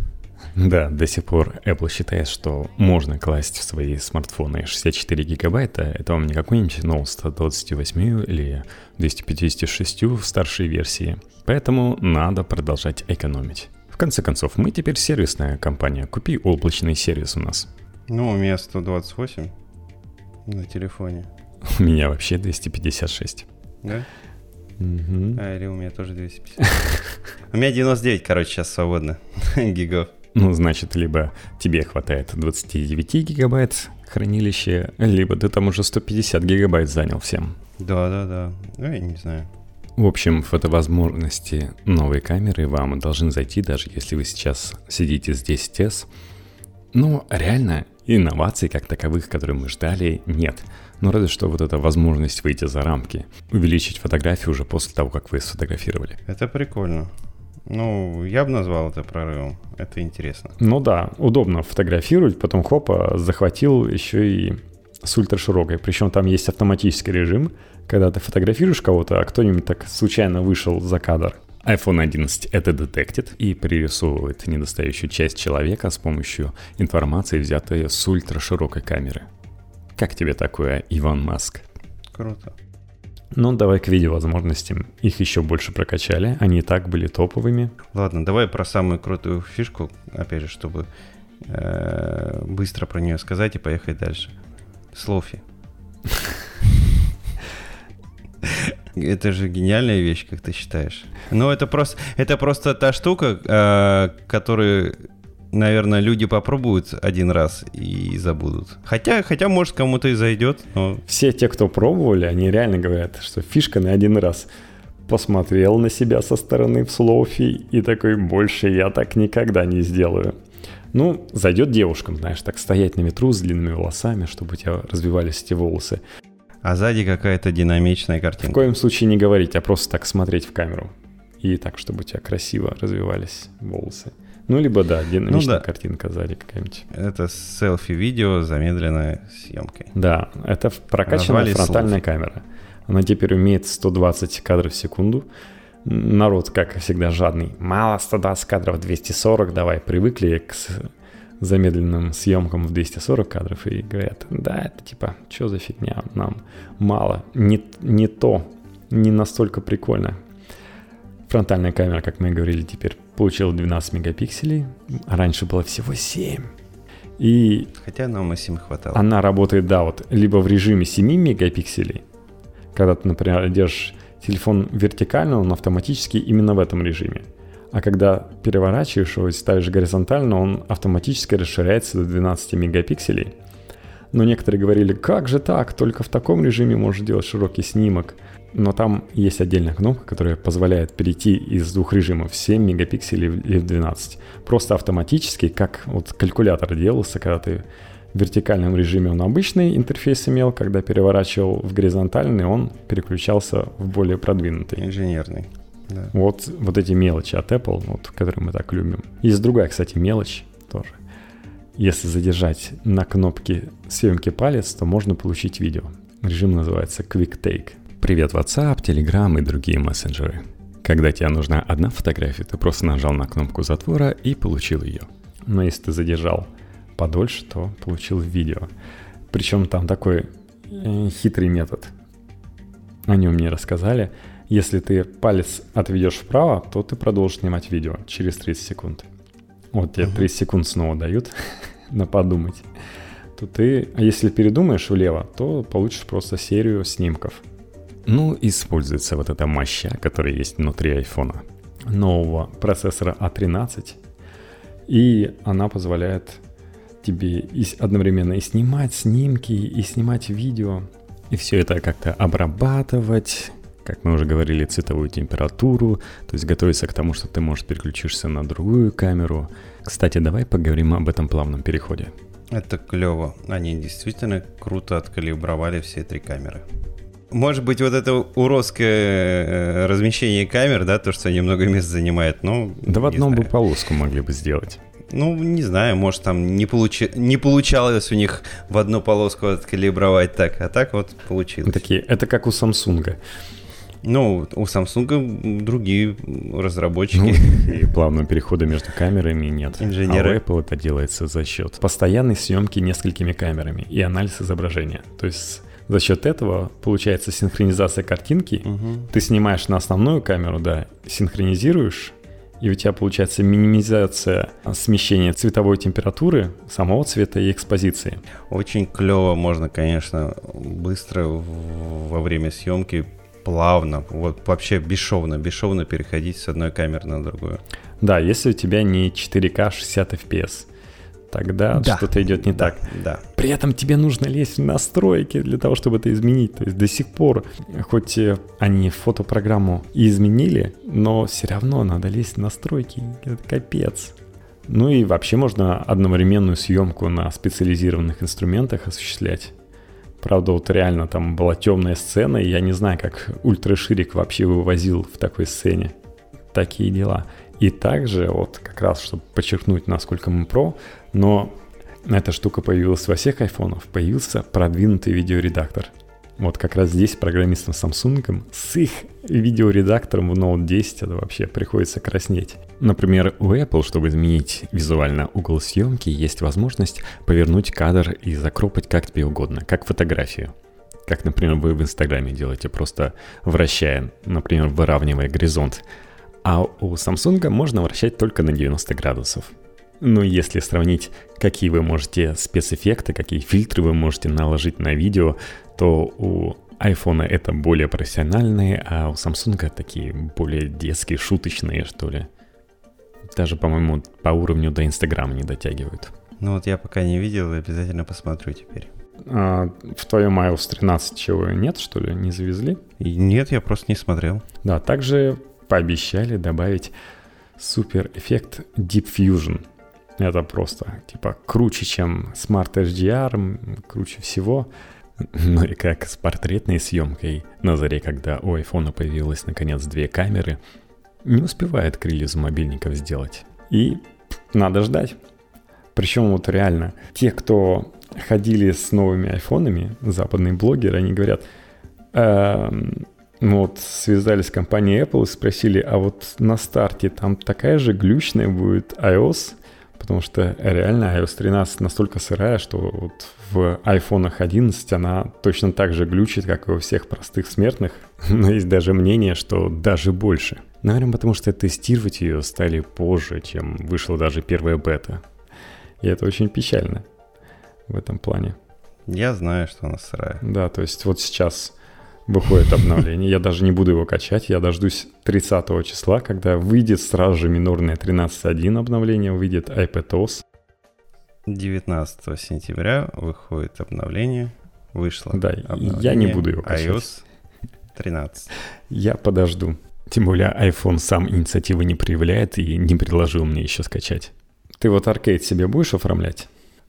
Да, до сих пор Apple считает, что можно класть в свои смартфоны шестьдесят четыре гигабайта. Это вам не какой-нибудь Note сто двадцать восемь или двести пятьдесят шесть в старшей версии. Поэтому надо продолжать экономить. В конце концов, мы теперь сервисная компания. Купи облачный сервис у нас. Ну, у меня сто двадцать восемь на телефоне. У меня вообще двести пятьдесят шесть. Да? Угу. А, или у меня тоже двести пятьдесят. У меня девяносто девять, короче, сейчас свободно гигов. Ну, значит, либо тебе хватает двадцать девять гигабайт хранилища, либо ты там уже сто пятьдесят гигабайт занял всем. Да-да-да. Ну, я не знаю. В общем, фотовозможности новой камеры вам должны зайти, даже если вы сейчас сидите с десять эс. Но реально инноваций как таковых, которые мы ждали, нет. Ну, разве что вот эта возможность выйти за рамки, увеличить фотографию уже после того, как вы сфотографировали. Это прикольно. Ну, я бы назвал это прорывом. Это интересно. Ну да, удобно фотографировать, потом хопа, захватил еще и с ультраширокой. Причем там есть автоматический режим, когда ты фотографируешь кого-то, а кто-нибудь так случайно вышел за кадр. айфон одиннадцать это детектит и пририсовывает недостающую часть человека с помощью информации, взятой с ультраширокой камеры. Как тебе такое, Иван Маск? Круто. Ну, давай к видеовозможностям. Их еще больше прокачали, они и так были топовыми. Ладно, давай про самую крутую фишку, опять же, чтобы э, быстро про нее сказать и поехать дальше. Слофи. Это же гениальная вещь, как ты считаешь? Ну, это просто, это просто та штука, э, которую, наверное, люди попробуют один раз и забудут. Хотя, хотя может, кому-то и зайдет, но... Все те, кто пробовали, они реально говорят, что фишка на один раз. Посмотрел на себя со стороны в слоуфи и такой, больше я так никогда не сделаю. Ну, зайдет девушкам, знаешь, так стоять на ветру с длинными волосами, чтобы у тебя развивались эти волосы. А сзади какая-то динамичная В картинка. коем случае не говорить, а просто так смотреть в камеру. И так, чтобы у тебя красиво развивались волосы. Ну, либо, да, динамичная Ну, да. картинка сзади какая-нибудь. Это селфи-видео с замедленной съемкой. Да, это прокачанная Назвали фронтальная слов. камера. Она теперь умеет сто двадцать кадров в секунду. Народ, как всегда, жадный. Мало сто двадцать кадров, двести сорок, давай. Привыкли к с- замедленным съемкам в двести сорок кадров и говорят, да, это типа, что за фигня, нам мало. Не, не то, не настолько прикольно. Фронтальная камера, как мы и говорили, теперь получила двенадцать мегапикселей, а раньше было всего семь. И Хотя нам и сим хватало. она работает, да, вот либо в режиме семь мегапикселей, когда ты, например, держишь телефон вертикально, он автоматически именно в этом режиме. А когда переворачиваешь его и ставишь горизонтально, он автоматически расширяется до двенадцати мегапикселей. Но некоторые говорили, как же так, только в таком режиме можешь делать широкий снимок. Но там есть отдельная кнопка, которая позволяет перейти из двух режимов в семь мегапикселей или в двенадцать. Просто автоматически, как вот калькулятор делался, когда ты в вертикальном режиме он обычный интерфейс имел, когда переворачивал в горизонтальный, он переключался в более продвинутый. Инженерный. Да. Вот, вот эти мелочи от Apple, вот, которые мы так любим. Есть другая, кстати, мелочь тоже. Если задержать на кнопке съемки палец, то можно получить видео. Режим называется Quick Take. Привет, WhatsApp, Telegram и другие мессенджеры. Когда тебе нужна одна фотография, ты просто нажал на кнопку затвора и получил ее. Но если ты задержал подольше, то получил видео. Причем там такой э, хитрый метод. О нем мне рассказали. Если ты палец отведешь вправо, то ты продолжишь снимать видео через тридцать секунд. Вот тебе uh-huh. тридцать секунд снова дают на подумать. То ты, а если передумаешь влево, то получишь просто серию снимков. Ну, используется вот эта моща, которая есть внутри айфона. Нового процессора а тринадцать. И она позволяет тебе и одновременно и снимать снимки, и снимать видео. И все это как-то обрабатывать, как мы уже говорили, цветовую температуру, то есть готовиться к тому, что ты, может, переключишься на другую камеру. Кстати, давай поговорим об этом плавном переходе. Это клево. Они действительно круто откалибровали все три камеры. Может быть, вот это уродское размещение камер, да, то, что немного места занимает, ну, да в одном знаю. бы полоску могли бы сделать. Ну, не знаю, может, там не, получи... не получалось у них в одну полоску откалибровать так, а так вот получилось. Такие, это как у Samsung. Ну, у Samsung другие разработчики. Ну, и плавного перехода между камерами нет. Инженеры. А у Apple это делается за счет постоянной съемки несколькими камерами и анализ изображения. То есть за счет этого получается синхронизация картинки. Угу. Ты снимаешь на основную камеру, да, синхронизируешь, и у тебя получается минимизация смещения цветовой температуры, самого цвета и экспозиции. Очень клево, можно, конечно, быстро во время съемки плавно, вот вообще бесшовно, бесшовно переходить с одной камеры на другую. Да, если у тебя не четыре ка шестьдесят эф пи эс, тогда да. что-то идет не да, так. Да. При этом тебе нужно лезть в настройки для того, чтобы это изменить. То есть до сих пор, хоть они фотопрограмму и изменили, но все равно надо лезть в настройки. Это капец. Ну и вообще можно одновременную съемку на специализированных инструментах осуществлять. Правда, вот реально там была темная сцена, и я не знаю, как ультраширик вообще вывозил в такой сцене. Такие дела. И также, вот как раз, чтобы подчеркнуть, насколько мы про, но эта штука появилась во всех айфонах, появился продвинутый видеоредактор. Вот как раз здесь программистам Samsung с их видеоредактором в ноут десять это вообще приходится краснеть. Например, у Apple, чтобы изменить визуально угол съемки, есть возможность повернуть кадр и закропать как тебе угодно, как фотографию. Как, например, вы в Инстаграме делаете, просто вращая, например, выравнивая горизонт. А у Samsung можно вращать только на девяносто градусов. Но если сравнить, какие вы можете спецэффекты, какие фильтры вы можете наложить на видео, то у iPhone это более профессиональные, а у Samsung такие более детские, шуточные, что ли. Даже, по-моему, по уровню до Инстаграма не дотягивают. Ну вот я пока не видел, обязательно посмотрю теперь. А в твоем ай о эс тринадцать чего нет, что ли? Не завезли? И нет, я просто не смотрел. Да, также пообещали добавить суперэффект Deep Fusion. Это просто, типа, круче, чем Smart эйч ди ар, круче всего. Ну и как с портретной съемкой на заре, когда у айфона появилось, наконец, две камеры, не успевает к релизу мобильников сделать. И надо ждать. Причем вот реально, те, кто ходили с новыми айфонами, западные блогеры, они говорят, эм, вот связались с компанией Apple и спросили, а вот на старте там такая же глючная будет iOS? Потому что реально ай о эс тринадцать настолько сырая, что вот в iPhone одиннадцать она точно так же глючит, как и у всех простых смертных. Но есть даже мнение, что даже больше. Наверное, потому что тестировать ее стали позже, чем вышла даже первая бета. И это очень печально в этом плане. Я знаю, что она сырая. Да, то есть вот сейчас выходит обновление. Я даже не буду его качать. Я дождусь тридцатого числа, когда выйдет сразу же минорное тринадцать точка один обновление, выйдет iPadOS. девятнадцатого сентября выходит обновление. Вышло да, обновление. Я не буду его качать. ай о эс тринадцать. Я подожду. Тем более iPhone сам инициативы не проявляет и не предложил мне еще скачать. Ты вот Arcade себе будешь оформлять?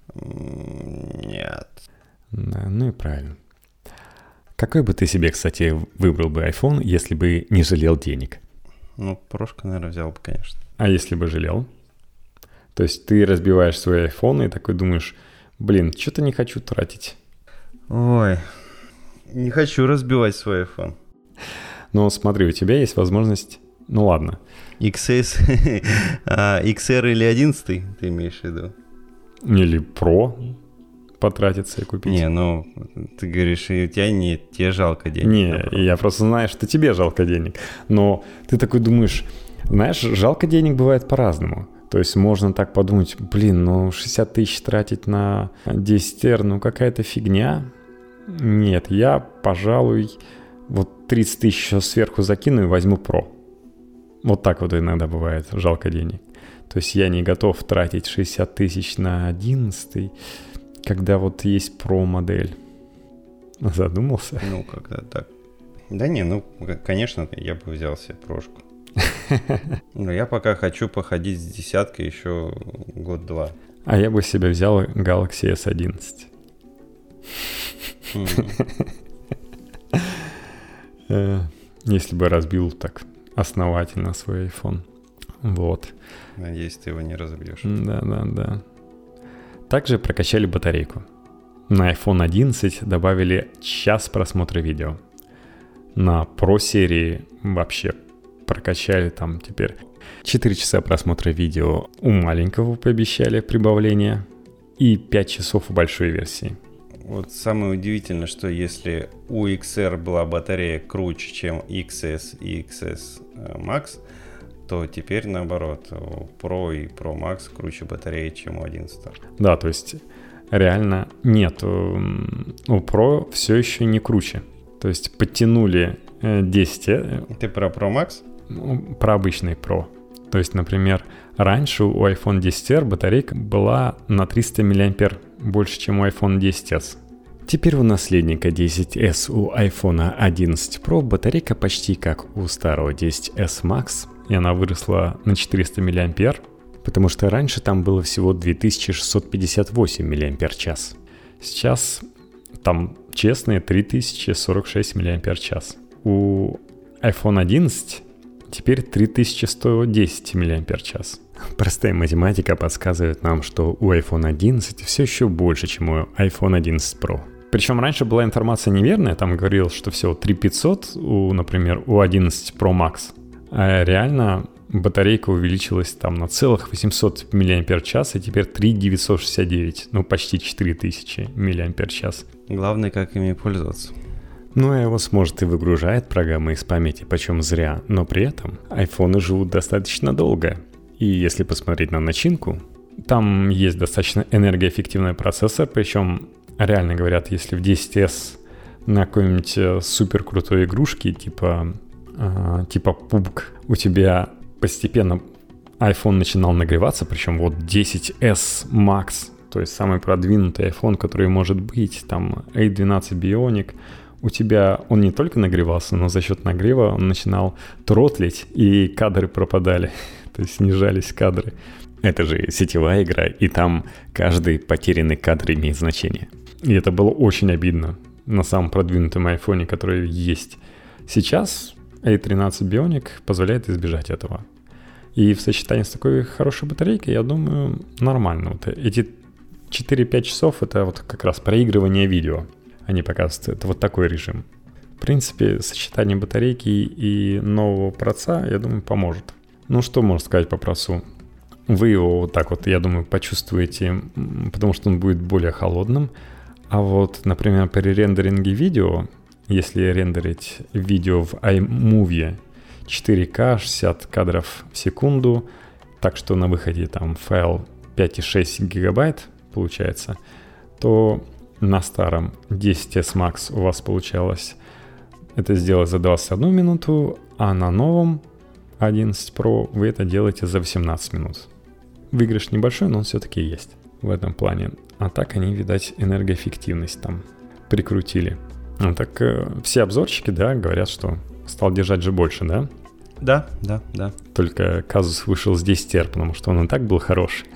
Нет. Да, ну и правильно. Какой бы ты себе, кстати, выбрал бы iPhone, если бы не жалел денег? Ну, прошку, наверное, взял бы, конечно. А если бы жалел? То есть ты разбиваешь свой iPhone и такой думаешь, блин, что-то не хочу тратить. Ой, не хочу разбивать свой iPhone. Но смотри, у тебя есть возможность... Ну ладно. икс эс, а, икс ар или одиннадцать ты имеешь в виду? Или Pro потратиться и купить. Не, ну, ты говоришь, и у тебя нет, тебе жалко денег. Не, я просто знаю, что тебе жалко денег. Но ты такой думаешь, знаешь, жалко денег бывает по-разному. То есть можно так подумать, блин, ну шестьдесят тысяч тратить на десять эр, ну какая-то фигня. Нет, я, пожалуй, вот тридцать тысяч еще сверху закину и возьму Pro. Вот так вот иногда бывает, жалко денег. То есть я не готов тратить шестьдесят тысяч на одиннадцатый, когда вот есть Pro-модель. Задумался? Ну, как-то так. Да не, ну, конечно, я бы взял себе прошку. Но я пока хочу походить с десяткой еще год-два. А я бы себе взял Galaxy эс одиннадцать. Если бы разбил так основательно свой iPhone. Вот. Надеюсь, ты его не разобьешь. Да, да, да. Также прокачали батарейку. На iPhone одиннадцать добавили час просмотра видео. На Pro серии вообще прокачали там теперь четыре часа просмотра видео. У маленького пообещали прибавление. И пять часов у большой версии. Вот самое удивительное, что если у икс ар была батарея круче, чем икс эс и икс эс Max, то теперь наоборот, у Pro и Pro Max круче батареи, чем у одиннадцатого. Да, то есть реально нет, у Pro все еще не круче. То есть подтянули десять. Ты про Pro Max? Про обычный Pro. То есть, например, раньше у iPhone десять эр батарейка была на триста миллиампер больше, чем у iPhone десять эс. Теперь у наследника десять эс у iPhone одиннадцать Pro батарейка почти как у старого десять эс Max, и она выросла на четыреста миллиампер, потому что раньше там было всего две тысячи шестьсот пятьдесят восемь миллиампер-час. Сейчас там честные три тысячи сорок шесть миллиампер-час. У iPhone одиннадцать теперь три тысячи сто десять миллиампер-час. Простая математика подсказывает нам, что у iPhone одиннадцать все еще больше, чем у iPhone одиннадцать Pro. Причем раньше была информация неверная, там говорилось, что всего три тысячи пятьсот, у, например, у одиннадцать Pro Max. А реально батарейка увеличилась там на целых восемьсот миллиампер-час, и теперь три тысячи девятьсот шестьдесят девять, ну почти четыре тысячи миллиампер-час. Главное, как ими пользоваться. Ну, iOS, может, и выгружает программы из памяти, почем зря, но при этом айфоны живут достаточно долго. И если посмотреть на начинку, там есть достаточно энергоэффективный процессор, причем, реально говорят, если в десять эс на какой-нибудь супер крутой игрушке, типа, э, типа пи ю би джи, у тебя постепенно iPhone начинал нагреваться, причем вот десять эс Max, то есть самый продвинутый iPhone, который может быть, там эй двенадцать Bionic, у тебя он не только нагревался, но за счет нагрева он начинал тротлить, и кадры пропадали, то есть снижались кадры. Это же сетевая игра, и там каждый потерянный кадр имеет значение. И это было очень обидно на самом продвинутом айфоне, который есть. Сейчас эй тринадцать Bionic позволяет избежать этого. И в сочетании с такой хорошей батарейкой, я думаю, нормально. Вот эти четыре-пять часов — это вот как раз проигрывание видео. Они показывают, это вот такой режим. В принципе, сочетание батарейки и нового проца, я думаю, поможет. Ну, что можно сказать по процу? Вы его вот так вот, я думаю, почувствуете, потому что он будет более холодным. А вот, например, при рендеринге видео, если рендерить видео в iMovie четыре ка, шестьдесят кадров в секунду, так что на выходе там файл пять целых шесть десятых гигабайт получается, то на старом десять эс Max у вас получалось это сделать за двадцать одну минуту, а на новом одиннадцать Pro вы это делаете за восемнадцать минут. Выигрыш небольшой, но он все-таки есть в этом плане. А так они, видать, энергоэффективность там прикрутили. Ну, так э, все обзорщики, да, говорят, что стал держать же больше, да? Да, да, да. Только казус вышел с десять эр, потому что он и так был хороший.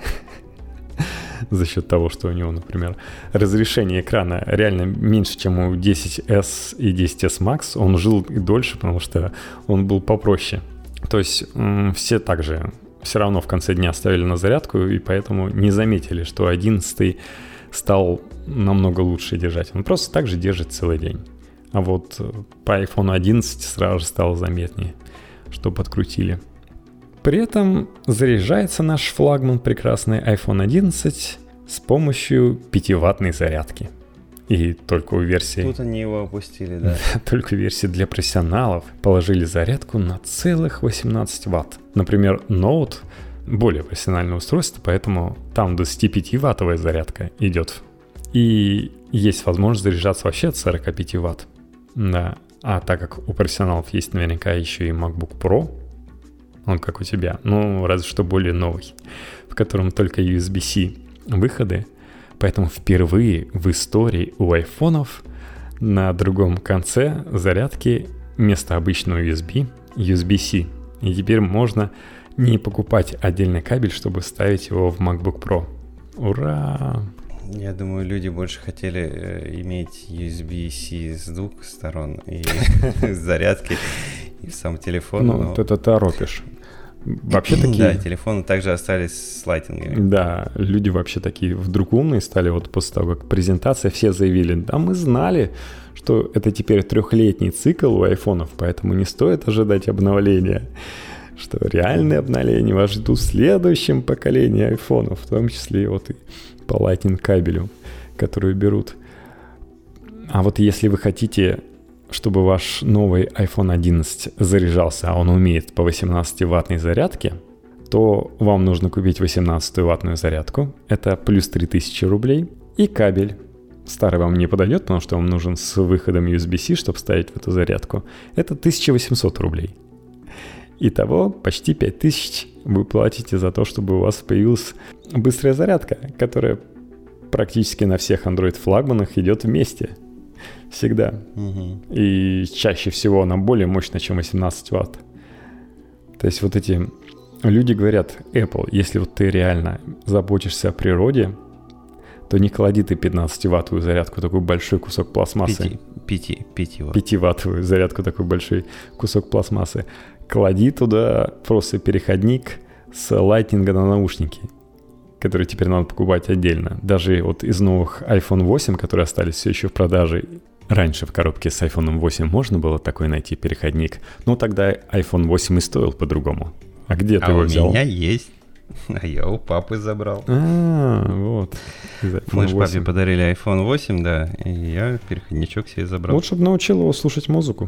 За счет того, что у него, например, разрешение экрана реально меньше, чем у десять эс и десять эс Max. Он жил и дольше, потому что он был попроще. То есть м- все также все равно в конце дня ставили на зарядку, и поэтому не заметили, что одиннадцатый стал намного лучше держать. Он просто так же держит целый день. А вот по iPhone одиннадцать сразу же стало заметнее, что подкрутили. При этом заряжается наш флагман прекрасный iPhone одиннадцать с помощью пятиваттной зарядки. И только у версии... Тут они его опустили, да. Только в версии для профессионалов положили зарядку на целых восемнадцать ватт. Например, Note более профессиональное устройство, поэтому там двадцатипятиваттовая зарядка идет. И есть возможность заряжаться вообще от сорок пять ватт. Да. А так как у профессионалов есть наверняка еще и MacBook Pro, он как у тебя, ну, разве что более новый, в котором только ю эс би-C выходы. Поэтому впервые в истории у айфонов на другом конце зарядки вместо обычного ю эс би ю эс би-C. И теперь можно не покупать отдельный кабель, чтобы ставить его в MacBook Pro. Ура! Я думаю, люди больше хотели э, иметь ю эс би-C с двух сторон и с зарядки, и в сам телефон. Ну, но... это торопишь. Вообще такие... Да, телефоны также остались с лайтингами. Да, люди вообще такие вдруг умные стали, вот после того, как презентация, все заявили, да, мы знали, что это теперь трехлетний цикл у айфонов, поэтому не стоит ожидать обновления. Что реальные обновления вас ждут в следующем поколении айфонов, в том числе вот и по Lightning кабелю, который берут. А вот если вы хотите, чтобы ваш новый айфон одиннадцать заряжался, а он умеет по восемнадцативаттной зарядке, то вам нужно купить восемнадцативаттную зарядку. Это плюс три тысячи рублей. И кабель. Старый вам не подойдет, потому что вам нужен с выходом ю эс би-C, чтобы ставить в эту зарядку. Это тысяча восемьсот рублей. Итого почти пять тысяч вы платите за то, чтобы у вас появилась быстрая зарядка, которая практически на всех Android-флагманах идет вместе. Всегда. Угу. И чаще всего она более мощная, чем восемнадцать ватт. То есть вот эти люди говорят, Apple, если вот ты реально заботишься о природе, то не клади ты пятнадцативаттовую зарядку, такой большой кусок пластмассы. пятиваттовую зарядку, такой большой кусок пластмассы. Клади туда просто переходник с лайтнинга на наушники, которые теперь надо покупать отдельно. Даже вот из новых айфон восемь, которые остались все еще в продаже, раньше в коробке с айфон восемь можно было такой найти переходник, но тогда айфон восемь и стоил по-другому. А где ты а его взял? А у меня есть, а я у папы забрал. А, вот. Мы же папе подарили айфон восемь, да, и я переходничок себе забрал. Вот, чтобы научил его слушать музыку.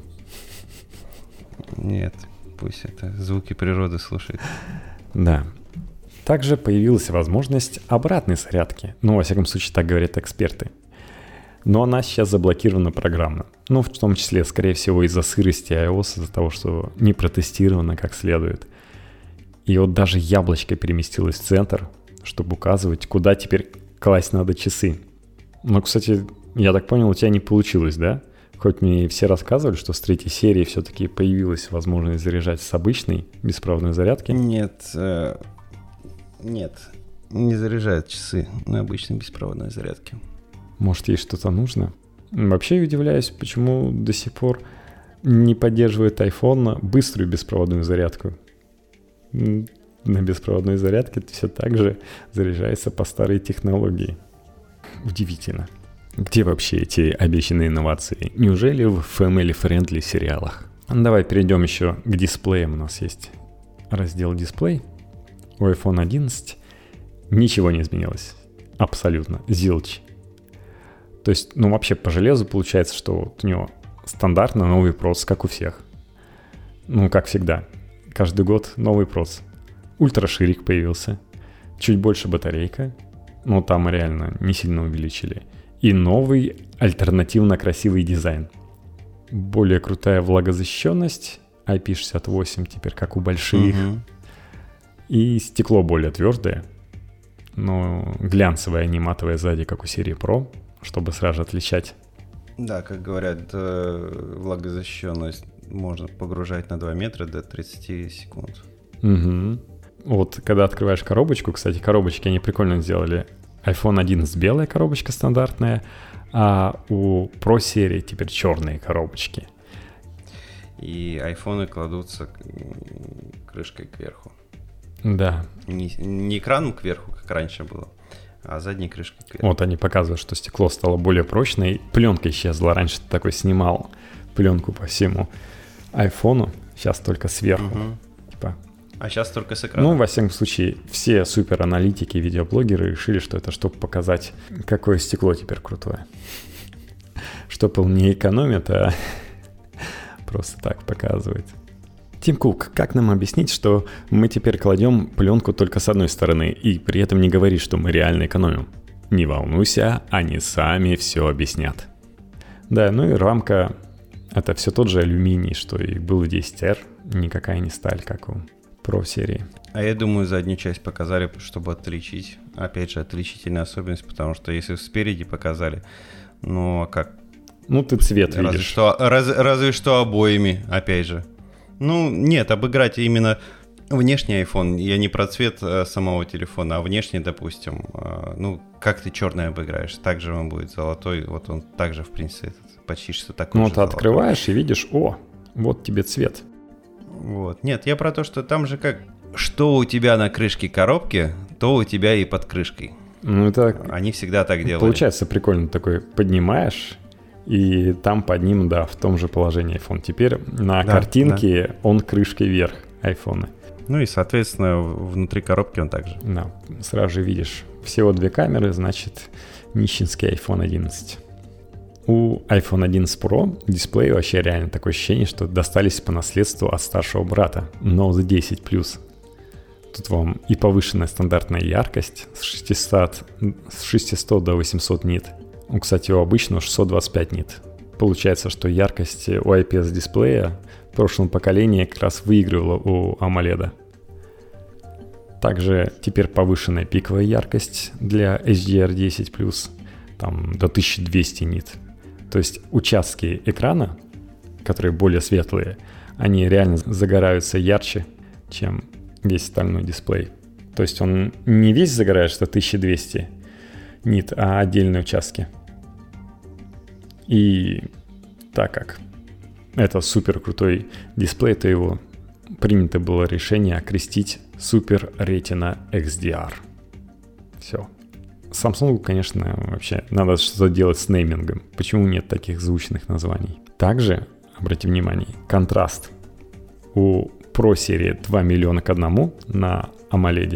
Нет, пусть это звуки природы слушает. Да. Также появилась возможность обратной зарядки. Ну, во всяком случае, так говорят эксперты. Но она сейчас заблокирована программно. Ну, в том числе, скорее всего, из-за сырости iOS, из-за того, что не протестировано как следует. И вот даже яблочко переместилось в центр, чтобы указывать, куда теперь класть надо часы. Но, кстати, я так понял, у тебя не получилось, да? Хоть мне и все рассказывали, что с третьей серии все-таки появилась возможность заряжать с обычной беспроводной зарядки. Нет, э, нет, не заряжают часы на обычной беспроводной зарядке. Может, ей что-то нужно? Вообще я удивляюсь, почему до сих пор не поддерживает iPhone быструю беспроводную зарядку. На беспроводной зарядке все так же заряжается по старой технологии. Удивительно. Где вообще эти обещанные инновации? Неужели в family-friendly сериалах? Давай перейдем еще к дисплеям. У нас есть раздел дисплей. У айфон одиннадцать ничего не изменилось. Абсолютно. Зилч. То есть, ну вообще по железу получается, что вот у него стандартно новый процессор, как у всех. Ну, как всегда. Каждый год новый процессор. Ультраширик появился. Чуть больше батарейка. Но там реально не сильно увеличили. И новый альтернативно красивый дизайн. Более крутая влагозащищенность. ай пи шестьдесят восемь теперь как у больших. Угу. И стекло более твердое. Но глянцевое, не матовое сзади, как у серии Pro. Чтобы сразу отличать. Да, как говорят, влагозащищенность можно погружать на два метра до тридцать секунд. Угу. Вот когда открываешь коробочку, кстати, коробочки они прикольно сделали. айфон одиннадцать белая коробочка стандартная, а у Pro серии теперь черные коробочки. И айфоны кладутся крышкой кверху. Да. Не, не экраном кверху, как раньше было, а задней крышкой кверху. Вот они показывают, что стекло стало более прочное, пленка исчезла. Раньше ты такой снимал пленку по всему айфону, сейчас только сверху. Угу. Типа. А сейчас только с экрана. Ну, во всяком случае, все супераналитики и видеоблогеры решили, что это чтобы показать, какое стекло теперь крутое. Что Apple не экономит, а просто так показывает. Тим Кук, как нам объяснить, что мы теперь кладем пленку только с одной стороны и при этом не говорить, что мы реально экономим? Не волнуйся, они сами все объяснят. Да, ну и рамка — это все тот же алюминий, что и был в десять эр, никакая не сталь, как у Pro серии. А я думаю, заднюю часть показали, чтобы отличить. Опять же, отличительная особенность, потому что если спереди показали, ну а как? Ну ты цвет разве видишь. Что, раз, разве что обоями, опять же. Ну нет, обыграть именно внешний iPhone, я не про цвет э, самого телефона, а внешний, допустим, э, ну как ты черный обыграешь, так же он будет золотой, вот он также в принципе этот, почти что такой Ну же ты золотой. открываешь и видишь, о, вот тебе цвет. Вот. Нет, я про то, что там же как, что у тебя на крышке коробки, то у тебя и под крышкой. Ну это... Они всегда так делали. Получается прикольно, такой поднимаешь, и там под ним, да, в том же положении iPhone. Теперь на Да, картинке да. он крышкой вверх, iPhone. Ну и, соответственно, внутри коробки он также. Да, сразу же видишь. Всего две камеры, значит, нищенский iPhone одиннадцать. У iPhone одиннадцать Pro дисплей вообще реально такое ощущение, что достались по наследству от старшего брата Note десять плюс. Тут вам и повышенная стандартная яркость с шестисот, с шестисот до восьмисот нит. Ну, кстати, у обычного шестьсот двадцать пять нит. Получается, что яркость у ай пи эс дисплея в прошлом поколении как раз выигрывала у AMOLED. Также теперь повышенная пиковая яркость для эйч ди ар десять плюс, там до тысяча двести нит. То есть участки экрана, которые более светлые, они реально загораются ярче, чем весь остальной дисплей. То есть он не весь загорается до тысяча двести нит, а отдельные участки. И так как это супер крутой дисплей, то его принято было решение окрестить Super Retina икс ди ар. Все. Samsung, конечно, вообще надо что-то делать с неймингом. Почему нет таких звучных названий? Также, обратите внимание, контраст. У Pro серии два миллиона к одному на AMOLED,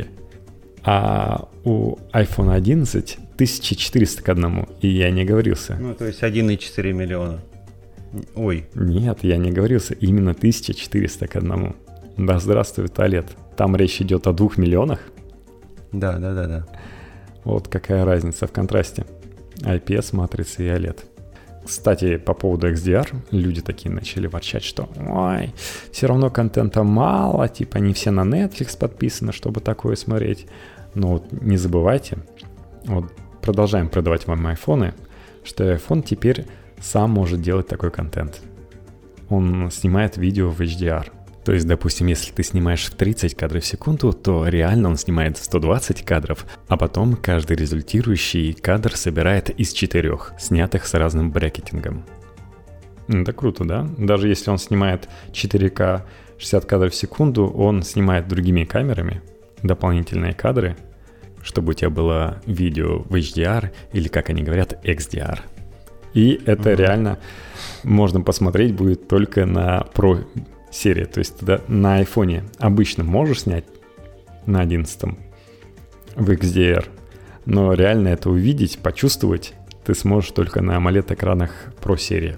а у iPhone одиннадцать тысяча четыреста к одному. И я не оговорился. Ну, то есть один и четыре миллиона. Ой. Нет, я не оговорился. Именно тысяча четыреста к одному. Да здравствует о лед. Там речь идет о двух миллионах. Да, да, да, да. Вот какая разница в контрасте ай пи эс матрицы и о лед. Кстати, по поводу икс ди ар, люди такие начали ворчать, что ой, все равно контента мало, типа не все на Netflix подписаны, чтобы такое смотреть. Но вот не забывайте, вот продолжаем продавать вам айфоны, что iPhone теперь сам может делать такой контент. Он снимает видео в эйч ди ар. То есть, допустим, если ты снимаешь в тридцать кадров в секунду, то реально он снимает сто двадцать кадров, а потом каждый результирующий кадр собирает из четырех, снятых с разным брекетингом. Это круто, да? Даже если он снимает четыре ка шестьдесят кадров в секунду, он снимает другими камерами дополнительные кадры, чтобы у тебя было видео в эйч ди ар или, как они говорят, икс ди ар. И это mm-hmm. реально можно посмотреть будет только на Pro серии. То есть ты на айфоне обычно можешь снять на одиннадцатом в икс ди ар, но реально это увидеть, почувствовать ты сможешь только на AMOLED-экранах Pro серии.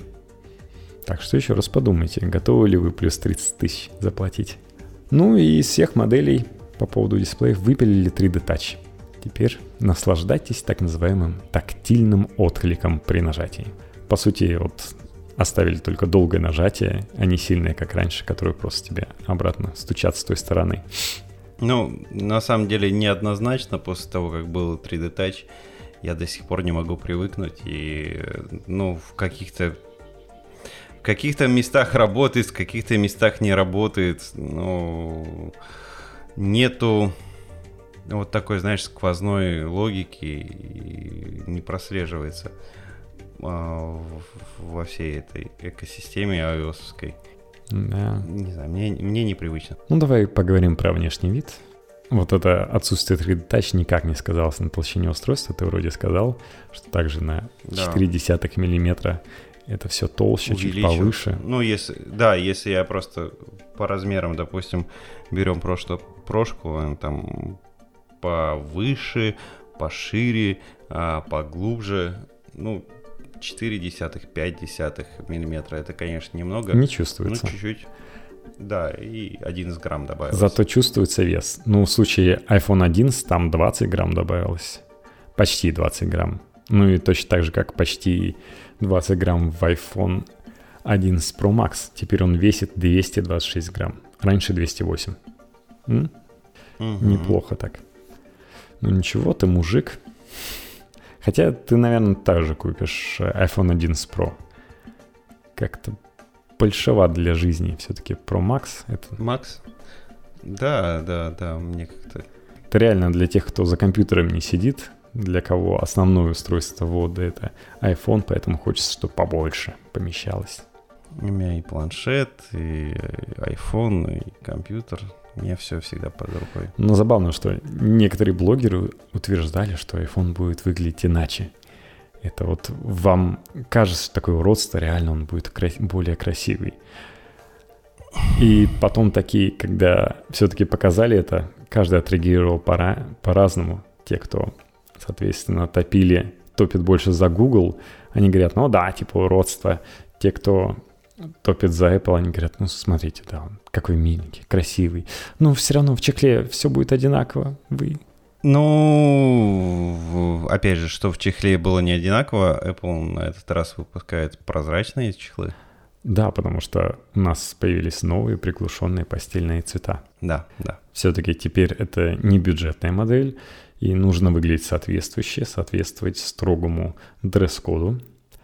Так что еще раз подумайте, готовы ли вы плюс тридцать тысяч заплатить. Ну и из всех моделей по поводу дисплеев выпилили три дэ Touch. Теперь наслаждайтесь так называемым тактильным откликом при нажатии. По сути, вот оставили только долгое нажатие, а не сильное, как раньше, которое просто тебе обратно стучат с той стороны. Ну, на самом деле, неоднозначно после того, как был три дэ Touch, я до сих пор не могу привыкнуть. И, ну, в каких-то в каких-то местах работает, в каких-то местах не работает. Ну, нету вот такой, знаешь, сквозной логики, и не прослеживается во всей этой экосистеме iOS-овской. Да. Не знаю, мне, мне непривычно. Ну, давай поговорим про внешний вид. Вот это отсутствие три дэ Touch никак не сказалось на толщине устройства. Ты вроде сказал, что также на четыре десятых миллиметра это все толще, увеличил. Чуть повыше. Ну, если, да, если я просто по размерам, допустим, берем прошлую прошку, там повыше, пошире, поглубже, ну, четыре десятых, пять десятых миллиметра. Это, конечно, немного. Не чувствуется. Ну, чуть-чуть. Да, и одиннадцать грамм добавилось. Зато чувствуется вес. Ну, в случае iPhone одиннадцать там двадцать грамм добавилось. Почти двадцать грамм. Ну и точно так же, как почти двадцать грамм в iPhone одиннадцать Pro Max. Теперь он весит двести двадцать шесть грамм. Раньше двести восемь. М? Угу. Неплохо так. Ну ничего, ты мужик. Хотя ты, наверное, также купишь айфон одиннадцать Pro. Как-то большоват для жизни. Все-таки Pro Max это... Max? Да, да, да, мне как-то... Это реально для тех, кто за компьютером не сидит, для кого основное устройство ввода это iPhone, поэтому хочется, чтобы побольше помещалось. У меня и планшет, и iPhone, и компьютер. У меня все всегда под рукой. Но забавно, что некоторые блогеры утверждали, что iPhone будет выглядеть иначе. Это вот вам кажется, что такое уродство, реально он будет кра- более красивый. И потом такие, когда все-таки показали это, каждый отреагировал пора, по-разному. Те, кто, соответственно, топили, топит больше за Google, они говорят, ну да, типа уродство. Те, кто топит за Apple, они говорят, ну смотрите, да, он какой миленький, красивый. Но все равно в чехле все будет одинаково. Вы... Ну, опять же, что в чехле было не одинаково, Apple на этот раз выпускает прозрачные чехлы. Да, потому что у нас появились новые приглушенные постельные цвета. Да, да. Все-таки теперь это не бюджетная модель, и нужно выглядеть соответствующе, соответствовать строгому дресс-коду.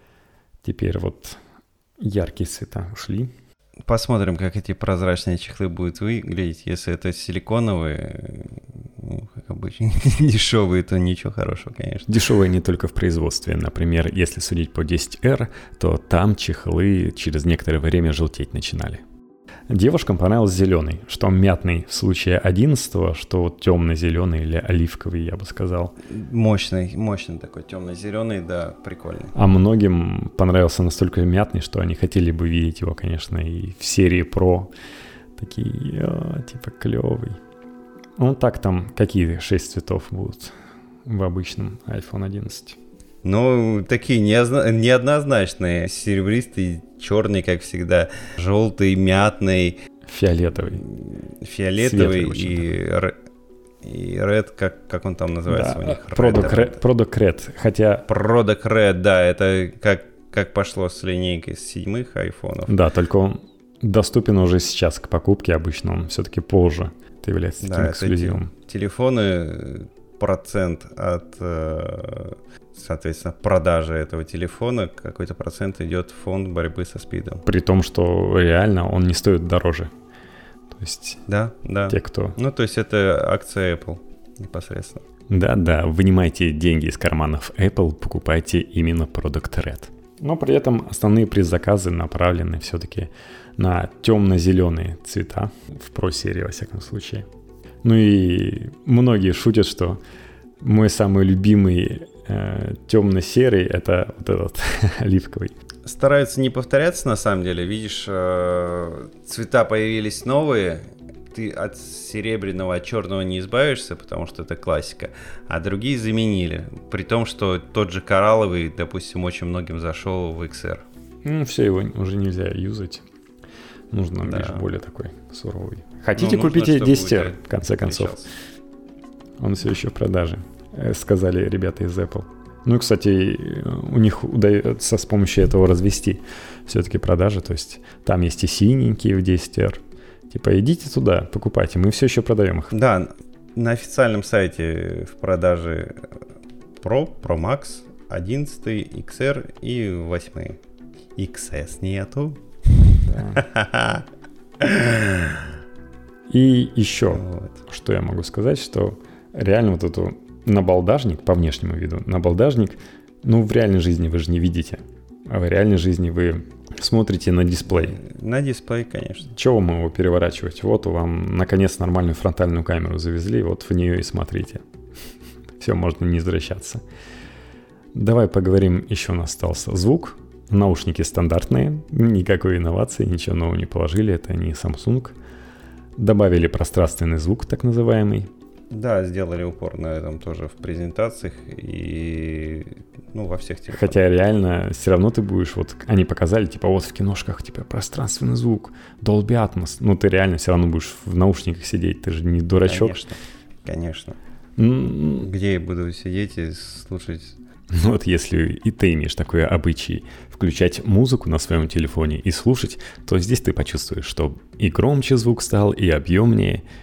Теперь вот яркие цвета ушли. Посмотрим, как эти прозрачные чехлы будут выглядеть. Если это силиконовые, ну, как обычно, дешевые, то ничего хорошего, конечно. Дешевые не только в производстве. Например, если судить по десять эр, то там чехлы через некоторое время желтеть начинали. Девушкам понравился зеленый, что мятный в случае одиннадцатого, что вот темно-зеленый или оливковый, я бы сказал. Мощный, мощный такой темно-зеленый, да, прикольный. А многим понравился настолько мятный, что они хотели бы видеть его, конечно, и в серии Pro. Такие, о, типа, клевый. Ну так там какие шесть цветов будут в обычном айфон одиннадцать? Ну, такие неозна- неоднозначные. Серебристый, черный, как всегда, желтый, мятный. Фиолетовый. Фиолетовый и, р- и Red, как, как он там называется да, у них? Product Red. Product Red, хотя... Product Red, да, это как, как пошло с линейкой с седьмых айфонов. Да, только он доступен уже сейчас к покупке, обычно он все-таки позже. Это является таким да, эксклюзивом. Это телефоны, процент от... соответственно, продажи этого телефона, какой-то процент идет в фонд борьбы со СПИДом. При том, что реально он не стоит дороже. То есть да, да. те, кто... Ну, то есть это акция Apple непосредственно. Да-да, вынимайте деньги из карманов Apple, покупайте именно Product Red. Но при этом основные предзаказы направлены все-таки на темно-зеленые цвета, в Pro серии, во всяком случае. Ну и многие шутят, что мой самый любимый э, темно-серый — это вот этот оливковый. Стараются не повторяться, на самом деле. Видишь, э, цвета появились новые, ты от серебряного, от черного не избавишься, потому что это классика, а другие заменили. При том, что тот же коралловый, допустим, очень многим зашел в икс эр. Ну, все, его уже нельзя юзать. Нужно да. лишь более такой суровый. Хотите, ну, купите нужно, десять эр, в конце концов. Он все еще в продаже, сказали ребята из Apple. Ну и, кстати, у них удается с помощью этого развести все-таки продажи. То есть там есть и синенькие в десять эр. Типа идите туда, покупайте, мы все еще продаем их. Да, на официальном сайте в продаже Pro, Pro Max, одиннадцать, икс эр и восемь. икс эс нету. Да. И еще, вот. Что я могу сказать, что реально вот эту набалдажник, по внешнему виду, набалдажник, ну в реальной жизни вы же не видите, а в реальной жизни вы смотрите на дисплей. На дисплей, конечно. Чего вам его переворачивать? Вот вам, наконец, нормальную фронтальную камеру завезли, вот в нее и смотрите. Все, можно не возвращаться. Давай поговорим, еще у нас остался звук. Наушники стандартные, никакой инновации, ничего нового не положили, это не Samsung. Добавили пространственный звук, так называемый. Да, сделали упор на этом тоже в презентациях и ну, во всех телефонах. Хотя реально все равно ты будешь, вот они показали, типа вот в киношках, типа пространственный звук, Dolby Atmos, ну ты реально все равно будешь в наушниках сидеть, ты же не дурачок. Конечно, конечно. Mm. Где я буду сидеть и слушать? Ну вот если и ты имеешь такой обычай включать музыку на своем телефоне и слушать, то здесь ты почувствуешь, что и громче звук стал, и объемнее.